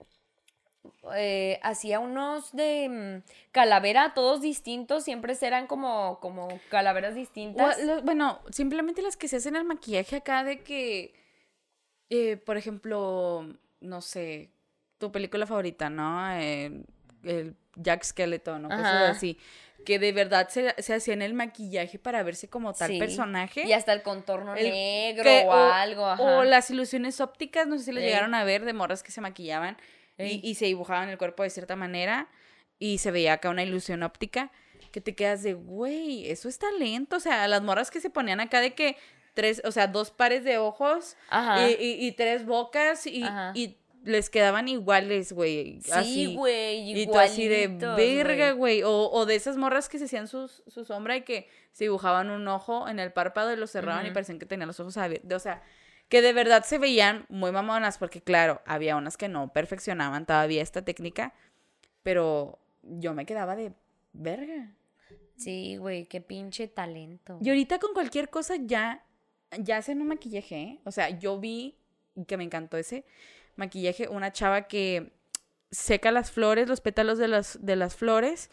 eh, hacía unos de mm, calavera, todos distintos. Siempre eran como, como calaveras distintas. O, lo- bueno, simplemente las que se hacen el maquillaje acá de que, eh, por ejemplo, no sé, tu película favorita, ¿no? Eh, el Jack Skeleton o cosas Ajá. así. Que de verdad se, se hacían el maquillaje para verse como tal Sí. personaje. Y hasta el contorno El negro que- o, algo, ajá. O las ilusiones ópticas, no sé si les Ey. llegaron a ver, de morras que se maquillaban y, Ey. y se dibujaban el cuerpo de cierta manera y se veía acá una ilusión óptica que te quedas de, güey, eso es talento. O sea, las morras que se ponían acá de que tres, o sea, dos pares de ojos Ajá. y, y- y tres bocas y, Ajá. y les quedaban iguales, güey. Sí, así. güey, Y tú así de igualitos, verga, güey. güey. O, o de esas morras que se hacían sus, su sombra y que se dibujaban un ojo en el párpado y lo cerraban y Ujú. parecían que tenían los ojos abiertos. O sea, que de verdad se veían muy mamonas porque, claro, había unas que no perfeccionaban todavía esta técnica, pero yo me quedaba de verga. Sí, güey, qué pinche talento. Y ahorita con cualquier cosa ya, ya hacen un maquillaje, ¿eh? O sea, yo vi, que me encantó ese maquillaje, una chava que seca las flores, los pétalos de las, de las flores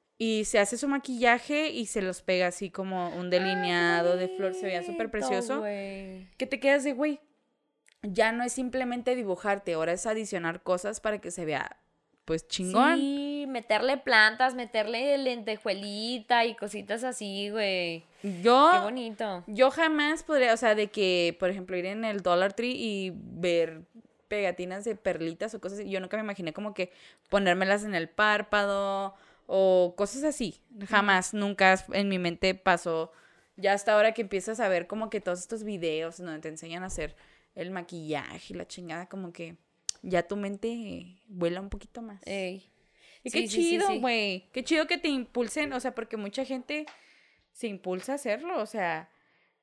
y se hace su maquillaje y se los pega así como un delineado de flor, se veía súper precioso. Güey. Que te quedas de, güey, ya no es simplemente dibujarte, ahora es adicionar cosas para que se vea, pues, chingón. Sí, meterle plantas, meterle lentejuelita y cositas así, güey. Yo, Qué bonito. yo jamás podría, o sea, de que, por ejemplo, ir en el Dollar Tree y ver pegatinas de perlitas o cosas así. Yo nunca me imaginé como que ponérmelas en el párpado o cosas así. Jamás, nunca en mi mente pasó. Ya hasta ahora que empiezas a ver como que todos estos videos donde te enseñan a hacer el maquillaje y la chingada, como que ya tu mente vuela un poquito más. Ey. Y Sí, qué sí, sí, chido, sí. güey. Qué chido que te impulsen, o sea, porque mucha gente se impulsa a hacerlo, o sea,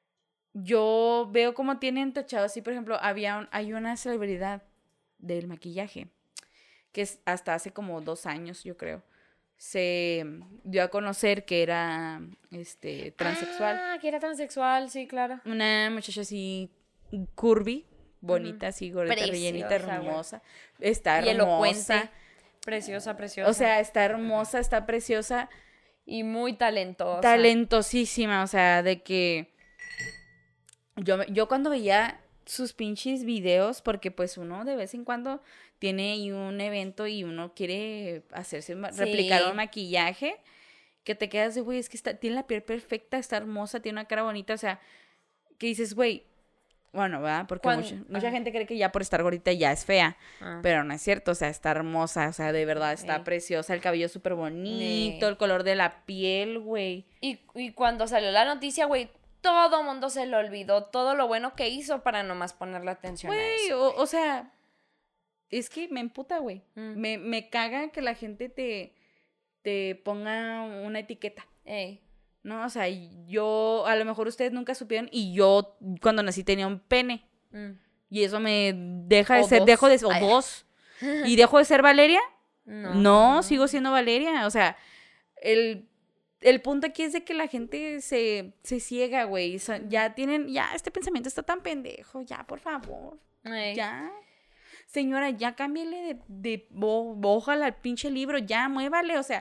yo veo cómo tienen tachado así, por ejemplo, había un- hay una celebridad del maquillaje que es hasta hace como dos años, yo creo, se dio a conocer que era este transexual. Ah, que era transexual, sí, claro. Una muchacha así curvy, bonita, así gordita, rellenita, Preciosa, güey. hermosa. Está Y elocuente. hermosa. Preciosa, preciosa. O sea, está hermosa, está preciosa. y muy talentosa. Talentosísima, o sea, de que yo, me- yo cuando veía sus pinches videos, porque pues uno de vez en cuando tiene ahí un evento y uno quiere hacerse, un ma- Sí. replicar un maquillaje, que te quedas de, güey, es que está, tiene la piel perfecta, está hermosa, tiene una cara bonita, o sea, que dices, güey, bueno, ¿verdad? Porque Cuan- mucha, mucha ajá. gente cree que ya por estar gordita ya es fea, Ah. pero no es cierto, o sea, está hermosa, o sea, de verdad está Ey. preciosa, el cabello súper bonito, Ey. el color de la piel, güey. Y, y cuando salió la noticia, güey, todo mundo se le olvidó todo lo bueno que hizo para nomás ponerle atención a Güey, eso. o, o sea, es que me emputa, güey. Mm. Me, me caga que la gente te, te ponga una etiqueta. Ey. No, o sea, yo, a lo mejor ustedes nunca supieron y yo cuando nací tenía un pene. Mm. Y eso me deja de O ser, dos. dejo de, o Ay. dos. ¿Y dejo de ser Valeria? No. No, sigo siendo Valeria. O sea, el, el punto aquí es de que la gente se, se ciega, güey. O sea, ya tienen, ya este pensamiento está tan pendejo. Ya, por favor. Ey. Ya. Señora, ya cámbiale de, de bo- ojalá al pinche libro. Ya, muévale. O sea,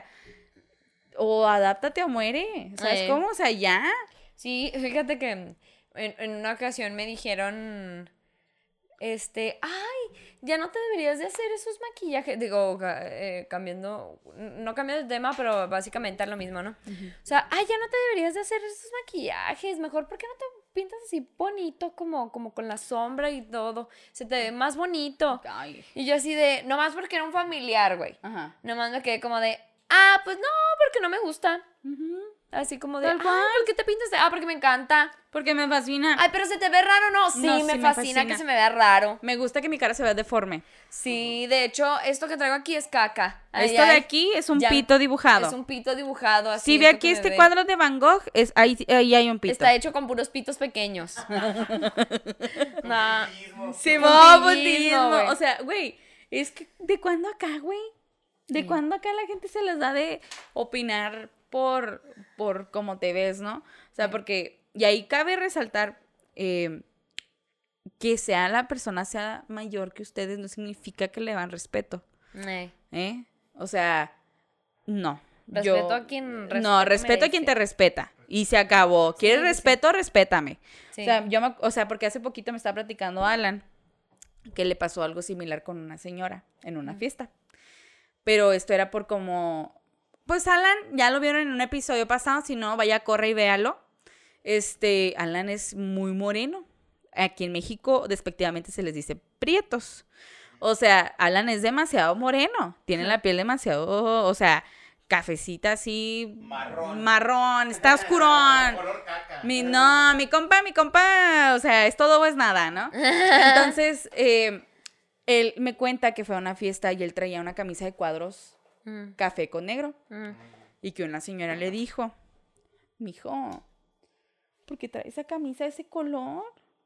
o adáptate o muere. ¿Sabes Ey. cómo? O sea, ya. Sí, fíjate que en, en una ocasión me dijeron, este, ay, ya no te deberías de hacer esos maquillajes. Digo, ca- eh, cambiando, no cambiando de tema, pero básicamente es lo mismo, ¿no? O sea, ay, ya no te deberías de hacer esos maquillajes. Mejor, ¿por qué no te pintas así bonito, como, como con la sombra y todo? Se te ve más bonito. Ay. Y yo así de, nomás porque era un familiar, güey. Ajá. Nomás me quedé como de, ah, pues no, porque no me gusta. Ujú. Así como de, Tal ah, cual. ¿por qué te pintas? de- Ah, porque me encanta. Porque me fascina. Ay, pero se te ve raro, ¿no? Sí, No, me, sí me fascina, fascina. que se me vea raro. Me gusta que mi cara se vea deforme. Sí, de hecho, esto que traigo aquí es caca. Ahí Esto de hay- aquí es un ya- pito dibujado. Es un pito dibujado. Así Si ve esto aquí que me este ve. cuadro de Van Gogh, es, ahí, ahí hay un pito. Está hecho con puros pitos pequeños. No. Puntillismo. Sí, Puntillismo, no, puntillismo. güey. O sea, güey, es que ¿de cuándo acá, güey? ¿De Sí. cuándo acá la gente se les da de opinar por, por cómo te ves, no? O sea, Sí. porque, y ahí cabe resaltar eh, que sea la persona sea mayor que ustedes no significa que le dan respeto, Eh, ¿eh? O sea, no. Respeto Yo- a quien No, respeto respeto a quien te merece. respeta. Y se acabó. ¿Quieres Sí, sí. respeto? Respétame. Sí. O sea, yo me- o sea, porque hace poquito me estaba platicando Alan que le pasó algo similar con una señora en una fiesta. Pero esto era por como... Pues Alan, ya lo vieron en un episodio pasado, si no, vaya, corre y véalo. Este, Alan es muy moreno. Aquí en México, despectivamente, se les dice prietos. O sea, Alan es demasiado moreno. Tiene la piel demasiado, o sea, cafecita así... Marrón. Marrón, está oscurón. Color caca. Mi, no, mi compa, mi compa, o sea, es todo o es nada, ¿no? Entonces, eh, él me cuenta que fue a una fiesta y él traía una camisa de cuadros Mm, café con negro mm. y que una señora le dijo, mijo, ¿por qué trae esa camisa de ese color?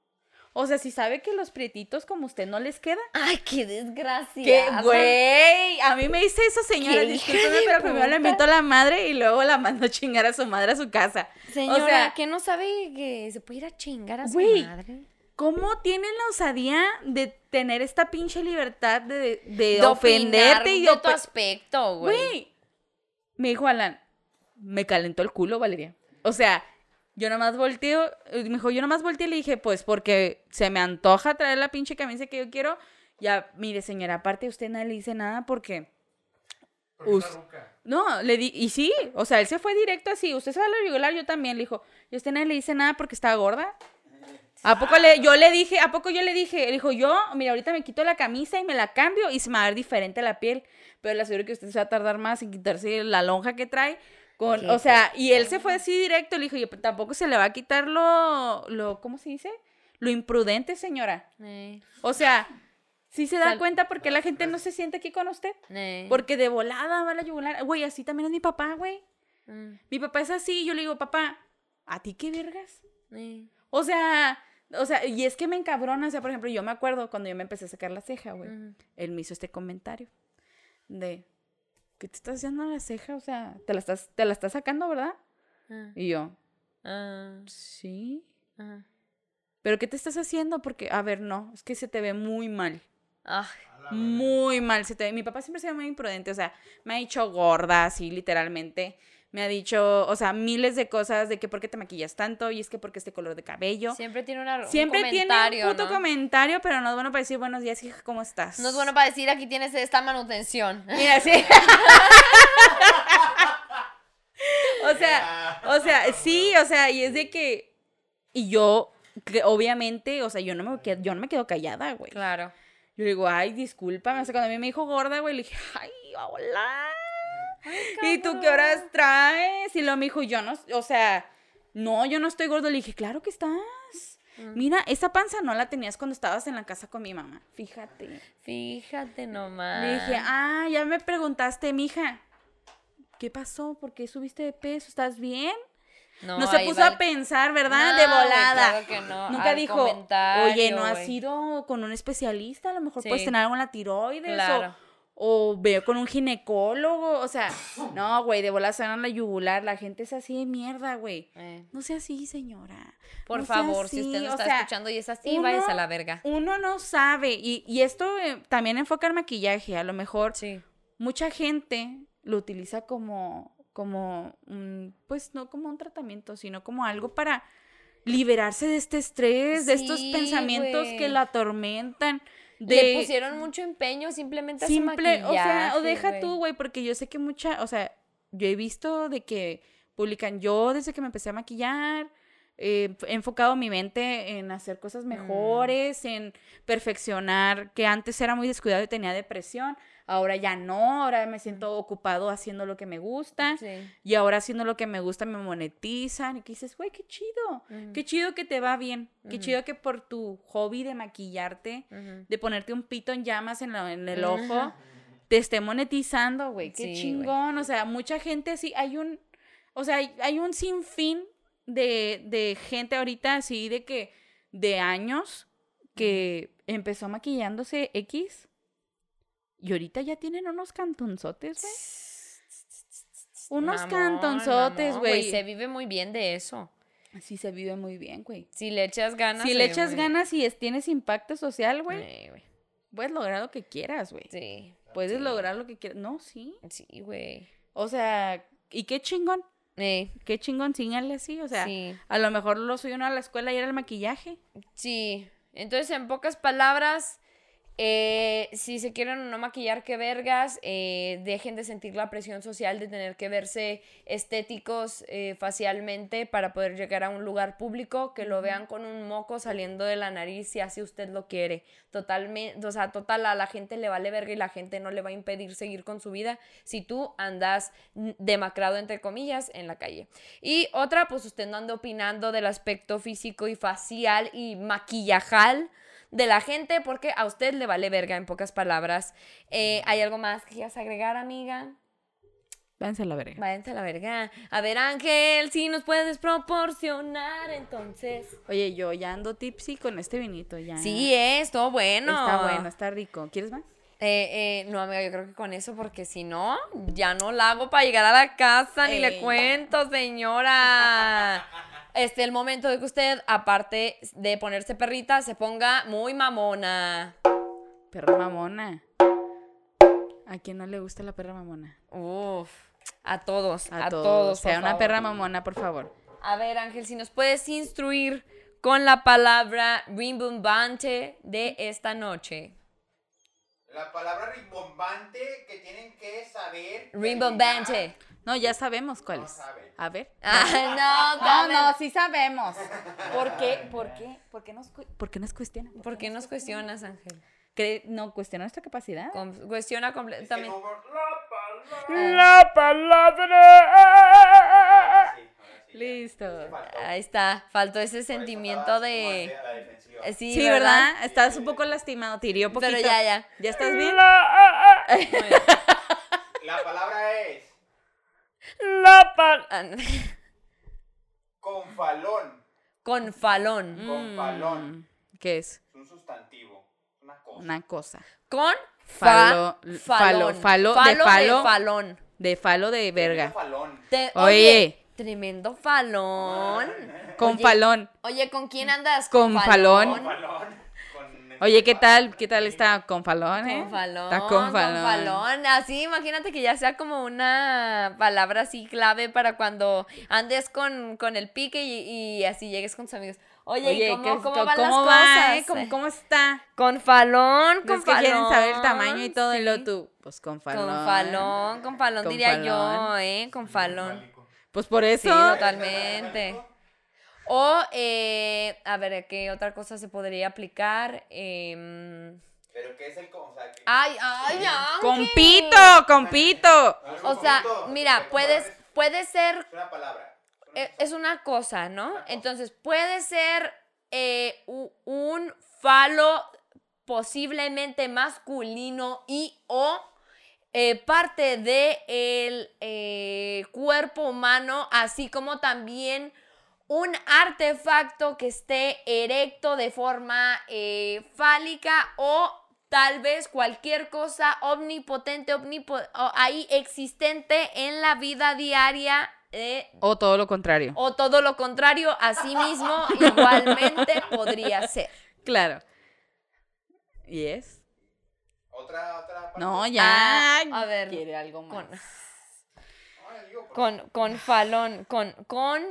O sea, si sabe que los prietitos como usted no les queda. Ay, qué desgracia. ¿Qué, güey? A mí me dice eso, señora, ¿Qué hija discúlpeme, de pero primero le puta? miento a la madre y luego la mando a chingar a su madre a su casa. Señora, o sea, ¿qué no sabe que se puede ir a chingar a su Güey, madre? ¿cómo tienen la osadía de tener esta pinche libertad de, de, De ofenderte opinar y de tu ope- aspecto, güey. Güey, me dijo Alan, me calentó el culo, Valeria. O sea, yo nomás volteo, eh, me dijo, yo nomás volteé y le dije, pues porque se me antoja traer la pinche camisa que yo quiero. Ya, mire, señora, aparte usted no le dice nada porque... Porque Us- está ruca. No, le di, y sí, o sea, él se fue directo así, usted se va a la yugular, yo también, le dijo, y usted no le dice nada porque está gorda. ¿A poco le, yo le dije, a poco yo le dije, él dijo, yo, mira, ahorita me quito la camisa y me la cambio y se me va a ver diferente la piel, pero le aseguro que usted se va a tardar más en quitarse la lonja que trae, con, Qué o sea, y él se fue así directo, le dijo, yo tampoco se le va a quitar lo, lo, ¿cómo se dice? Lo imprudente, señora. Eh, O sea, sí se da Sal- cuenta porque la gente no se siente aquí con usted, eh, porque de volada va a la yugular, güey, así también es mi papá, güey. mm, Mi papá es así, yo le digo, papá, ¿a ti qué vergas? eh. O sea, o sea, y es que me encabrona, o sea, por ejemplo, yo me acuerdo cuando yo me empecé a sacar la ceja, güey. Ujú. Él me hizo este comentario de, ¿qué te estás haciendo en la ceja? O sea, te la estás, te la estás sacando, ¿verdad? Ah, Y yo, ah, sí. ajá. ¿Pero qué te estás haciendo? Porque, a ver, no, es que se te ve muy mal. Ah, A la verga. Muy mal se te ve. Mi papá siempre se ve muy imprudente, o sea, me ha dicho gorda, así, literalmente. Me ha dicho, o sea, miles de cosas de que por qué te maquillas tanto y es que porque este color de cabello. siempre tiene una, un Siempre tiene comentario, un puto ¿no? comentario, pero no es bueno para decir buenos días, hija, ¿cómo estás? No es bueno para decir aquí tienes esta manutención. Mira, sí. o sea, o sea, sí, o sea, y es de que, y yo, que obviamente, o sea, yo no me quedo, yo no me quedo callada, güey. Claro. Yo le digo, ay, discúlpame, o sea, cuando a mí me dijo gorda, güey, le dije, ay, hola. ¿Y tú qué horas traes? Y luego me dijo, yo no, o sea, no, yo no estoy gordo. Le dije, claro que estás. Mira, esa panza no la tenías cuando estabas en la casa con mi mamá. Fíjate. Fíjate nomás. Le dije, ah, ya me preguntaste, mija, ¿qué pasó? ¿Por qué subiste de peso? ¿Estás bien? No, no se ahí puso va a el- pensar, ¿verdad? No, de güey, volada. claro que no, Nunca al dijo, comentario, oye, ¿no has güey. ido con un especialista? A lo mejor Sí. puedes tener algo en la tiroides. Claro. O, o veo con un ginecólogo. O sea, no, güey, de volada se van a la yugular. La gente es así de mierda, güey. Eh, No sea así, señora. Por No sea favor, si así, usted no o está sea, escuchando y es así, uno- váyase a la verga. Uno no sabe. Y, y esto eh, también enfoca el maquillaje. A lo mejor Sí. mucha gente lo utiliza como, como un, pues no como un tratamiento, sino como algo para liberarse de este estrés, de estos Sí, pensamientos güey. que la atormentan. De Le pusieron mucho empeño simplemente a su simple, o sea, o maquillaje, deja güey. tú, güey, porque yo sé que mucha, o sea, yo he visto de que publican, yo desde que me empecé a maquillar, eh, he enfocado mi mente en hacer cosas mejores, en perfeccionar, que antes era muy descuidado y tenía depresión, ahora ya no, ahora me siento ocupado haciendo lo que me gusta, Sí. y ahora haciendo lo que me gusta me monetizan, y que dices, güey, qué chido, Ujú. qué chido que te va bien, qué Ujú. chido que por tu hobby de maquillarte, Ujú. de ponerte un pito en llamas en, la- en el Ujú. ojo, te esté monetizando, güey. Qué Sí, güey. chingón. O sea, mucha gente así, hay un, o sea, hay, hay un sinfín de, de gente ahorita así de que, de años, que empezó maquillándose X y ahorita ya tienen unos cantonzotes, güey. Unos Mamón, cantonzotes, mamón, güey. Se vive muy bien de eso. Así se vive muy bien, güey. Si le echas ganas. Si se le vive echas muy bien. ganas y es- tienes impacto social, güey, Eh, güey. puedes lograr lo que quieras, güey. Sí. Puedes sí. lograr lo que quieras. No, sí. Sí, güey. O sea, y qué chingón. Eh, Qué chingón, síganle así. O sea, sí. a lo mejor lo suyo no a la escuela y era el maquillaje. Sí. Entonces, en pocas palabras, eh, si se quieren no maquillar, qué vergas, eh, dejen de sentir la presión social de tener que verse estéticos eh, facialmente para poder llegar a un lugar público, que lo vean con un moco saliendo de la nariz si así usted lo quiere. Totalmente, o sea, total, a la gente le vale verga y la gente no le va a impedir seguir con su vida si tú andas n- demacrado, entre comillas, en la calle. Y otra, pues usted no anda opinando del aspecto físico y facial y maquillajal de la gente porque a usted le vale verga, en pocas palabras. Eh, ¿hay algo más que quieras agregar, amiga? Váyanse a la verga. Váyanse a la verga. A ver, Ángel, si nos puedes proporcionar, entonces. Oye, yo ya ando tipsy con este vinito ya. Sí, es, todo bueno. Está bueno, está rico. ¿Quieres más? Eh, eh, no, amiga, yo creo que con eso, porque si no, ya no la hago para llegar a la casa, ni le Ey. cuento, señora. Este, el momento de que usted, aparte de ponerse perrita, se ponga muy mamona. Perra mamona. ¿A quién no le gusta la perra mamona? Uf, a todos, A, a, todos. todos. Sea por una favor. perra mamona, por favor. A ver, Ángel, si nos puedes instruir con la palabra rimbombante de esta noche. La palabra rimbombante que tienen que saber. Rimbombante. terminar. No, ya sabemos cuál No es. saben. A ver. Ah, no, No, a ver. no, sí sabemos. ¿Por qué? ¿Por qué? ¿Por qué nos, cu- por qué nos cuestionan? ¿Por qué nos cuestionas, Ángel? Cre- No, cuestiona nuestra capacidad. Com- cuestiona Es que completamente. no- La palabra. La palabra. Sí, ahora sí, ya. Listo. Sí, faltó. Ahí está, faltó ese Por eso sentimiento estabas como de... a la defensiva. Eh, Sí, Sí, ¿verdad? Estás un poco lastimado, tirió poquito. Pero ya, ya. ¿Ya estás bien? Muy bien. La palabra es La pal... confalón. Con falón. Con falón. Mm, ¿Qué es? Es un sustantivo. Una cosa. Una cosa. Con Falo- fa... falo- falón. falo- de Falo falo. falón. De falo de Tremendo verga. falón. Te- Oye. Oye, tremendo falón. Con Oye, falón. Oye, ¿con quién andas? Con falón. Falón. Con Oye, ¿qué tal? ¿Qué tal está con falón, eh? Con falón. Está con falón. falón. Así, imagínate que ya sea como una palabra así clave para cuando andes con, con el pique y, y así llegues con tus amigos. Oye, ¿y Oye, ¿cómo, ¿qué- cómo cómo van las va, cosas? eh? ¿Cómo, cómo está? Con falón, con Es que falón. quieren saber el tamaño y todo, y sí. lo tú. Pues con falón. Con falón, con falón Con diría falón. yo, ¿eh? Con falón. Pues por Sí, eso. totalmente. O, eh, a ver, ¿qué otra cosa se podría aplicar? Eh, Pero ¿qué es el con? O sea, ¿qué- ay, ay, Ángel. Compito, compito. No es un O sea, poquito, mira, es puedes, es- puede ser, Es una palabra. e- es una cosa, ¿no? Una cosa. Entonces, puede ser eh, u- un falo posiblemente masculino y o eh, parte del eh, cuerpo humano, así como también un artefacto que esté erecto de forma eh, fálica o tal vez cualquier cosa omnipotente, omnipo o ahí existente en la vida diaria. Eh, O todo lo contrario. o todo lo contrario, así mismo igualmente podría ser. Claro. ¿Y es? Otra, otra parte. No, ya. Ah, a ver, Quiere algo más. Con, No, digo, por con, con falón, con, con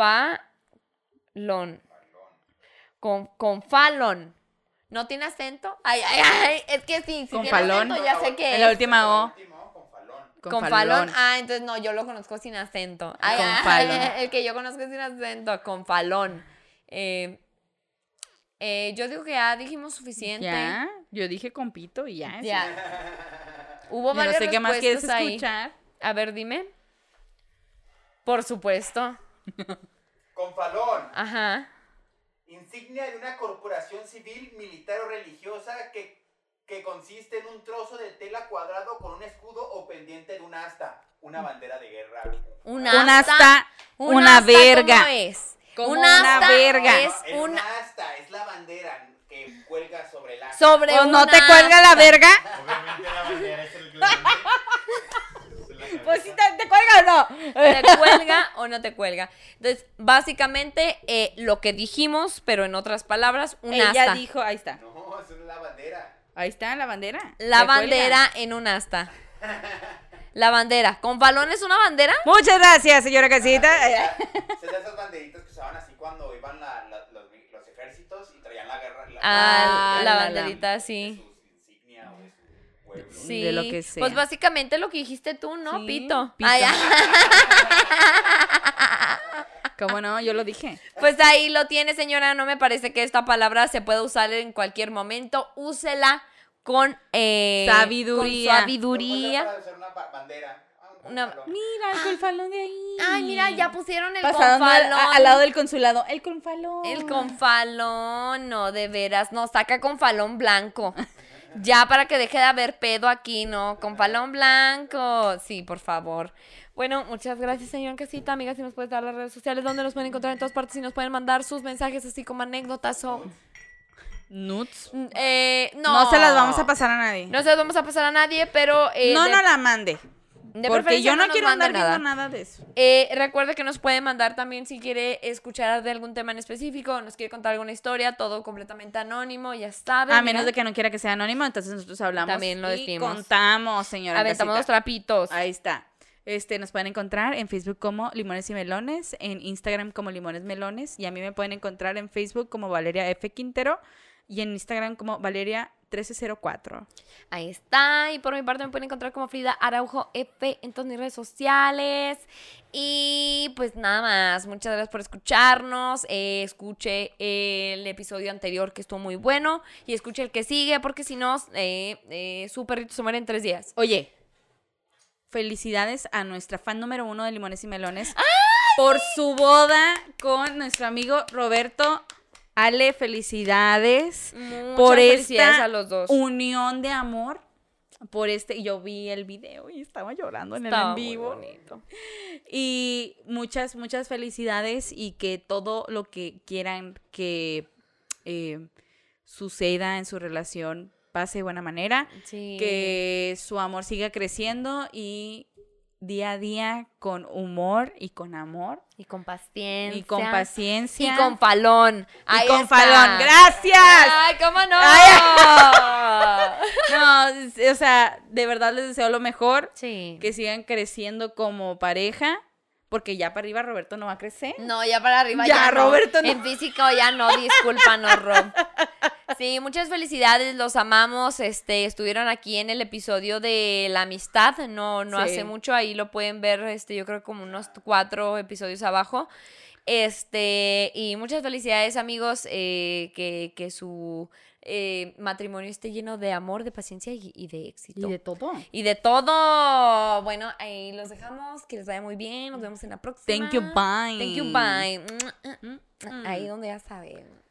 falón, con, con falón. ¿No tiene acento? Ay, ay, ay, es que sí, si Con tiene falón. acento ya sé que En la es. última O. último, con falón. Con, Con falón. Ah, entonces no, yo lo conozco sin acento. Ay, Con ay, falón. El que yo conozco sin acento, con falón. Eh, eh, yo digo que ya dijimos suficiente. Ya. Yo dije con pito y ya. Ya. Hubo Yo no varias sé qué más quieres respuestas ahí. escuchar. A ver, dime. Por supuesto. Con falón. Ajá. Insignia de una corporación civil, militar o religiosa que, que consiste en un trozo de tela cuadrado con un escudo o pendiente de un asta. Una bandera de guerra. Un Un asta. asta, un una asta, verga. ¿cómo es? Como un una asta verga. es Es un un asta, es la bandera que cuelga sobre el asta. sobre ¿O no un te cuelga la asta. verga? Obviamente la bandera es el global. Pues si te, te cuelga o no. ¿Te cuelga o no te cuelga? Entonces, básicamente, eh, lo que dijimos, pero en otras palabras, un Ella asta. dijo, ahí está. No, eso es la bandera. Ahí está la bandera. La ¿Te cuelga? bandera en un asta. La bandera. ¿Con balón es una bandera? Muchas gracias, señora Casita. Son de esas banderitas que usaban así cuando iban la- la- los, los ejércitos y traían la guerra. La, Ah, Ah, la la- banderita, de sí. su insignia o de su pueblo. Sí. De lo que sea. Pues básicamente lo que dijiste tú, ¿no, Sí, Pito? pito. Ay, ¿Cómo no? Yo lo dije. pues ahí lo tiene, señora. No me parece que esta palabra se pueda usar en cualquier momento. Úsela con, eh, Sabiduría. con sabiduría. Para hacer una ba- bandera. Ah, un Una- pantalón. Mira, el confalón de ahí. Ay, mira, ya pusieron el Pasaron al, confalón. a- al lado del consulado. El confalón. El confalón, no, de veras, no, saca confalón blanco. Ya para que deje de haber pedo aquí, ¿no? Confalón blanco. Sí, por favor. Bueno, muchas gracias, señor Casita. Amiga, si nos puedes dar las redes sociales, donde nos pueden encontrar en todas partes, si nos pueden mandar sus mensajes, así como anécdotas o... Nuts. Eh, no. No. se las vamos a pasar a nadie. No se las vamos a pasar a nadie, pero... eh, no de- nos la mande. de Porque preferencia yo no nos quiero mande andar viendo nada de eso. Eh, recuerde que nos puede mandar también si quiere escuchar de algún tema en específico, nos quiere contar alguna historia, todo completamente anónimo, ya sabe. A menos de que no quiera que sea anónimo, entonces nosotros hablamos También lo y decimos. contamos, señora aventamos los Casita. trapitos. Ahí está. Este, nos pueden encontrar en Facebook como Limones y Melones, en Instagram como Limones Melones, y a mí me pueden encontrar en Facebook como Valeria F. Quintero y en Instagram como Valeria trece cero cuatro. Ahí está. Y por mi parte me pueden encontrar como Frida Araujo F en todas mis redes sociales. Y pues nada más. Muchas gracias por escucharnos. Eh, escuche el episodio anterior que estuvo muy bueno. Y escuche el que sigue porque si no, eh, eh, su perrito se muere en tres días. Oye, felicidades a nuestra fan número uno de Limones y Melones por su boda con nuestro amigo Roberto. Ale, felicidades Muchas por felicidades esta a los dos. unión de amor. Por este, y yo vi el video y estaba llorando en el Estaba en muy vivo. bonito. Y muchas, muchas felicidades y que todo lo que quieran que eh, suceda en su relación pase de buena manera. Sí. Que su amor siga creciendo y día a día con humor y con amor Y con paciencia. y con paciencia Y con falón. y Ahí con está. falón. ¡Gracias! ¡Ay, cómo no! No, o sea, de verdad les deseo lo mejor. Sí. Que sigan creciendo como pareja. Porque ya para arriba Roberto no va a crecer. No, ya para arriba Ya, ya, no. Roberto, no. En físico ya no, discúlpanos, Rob. Sí, muchas felicidades, los amamos. Este, estuvieron aquí en el episodio de la amistad, no, no Sí. hace mucho, ahí lo pueden ver, este, yo creo como unos cuatro episodios abajo. Este, y muchas felicidades, amigos, eh, que, que su eh, matrimonio esté lleno de amor, de paciencia y, y de éxito. Y de todo. Y de todo. Bueno, ahí los dejamos. Que les vaya muy bien. Nos vemos en la próxima. Thank you, bye. Thank you, bye. Mm. Ahí donde ya saben.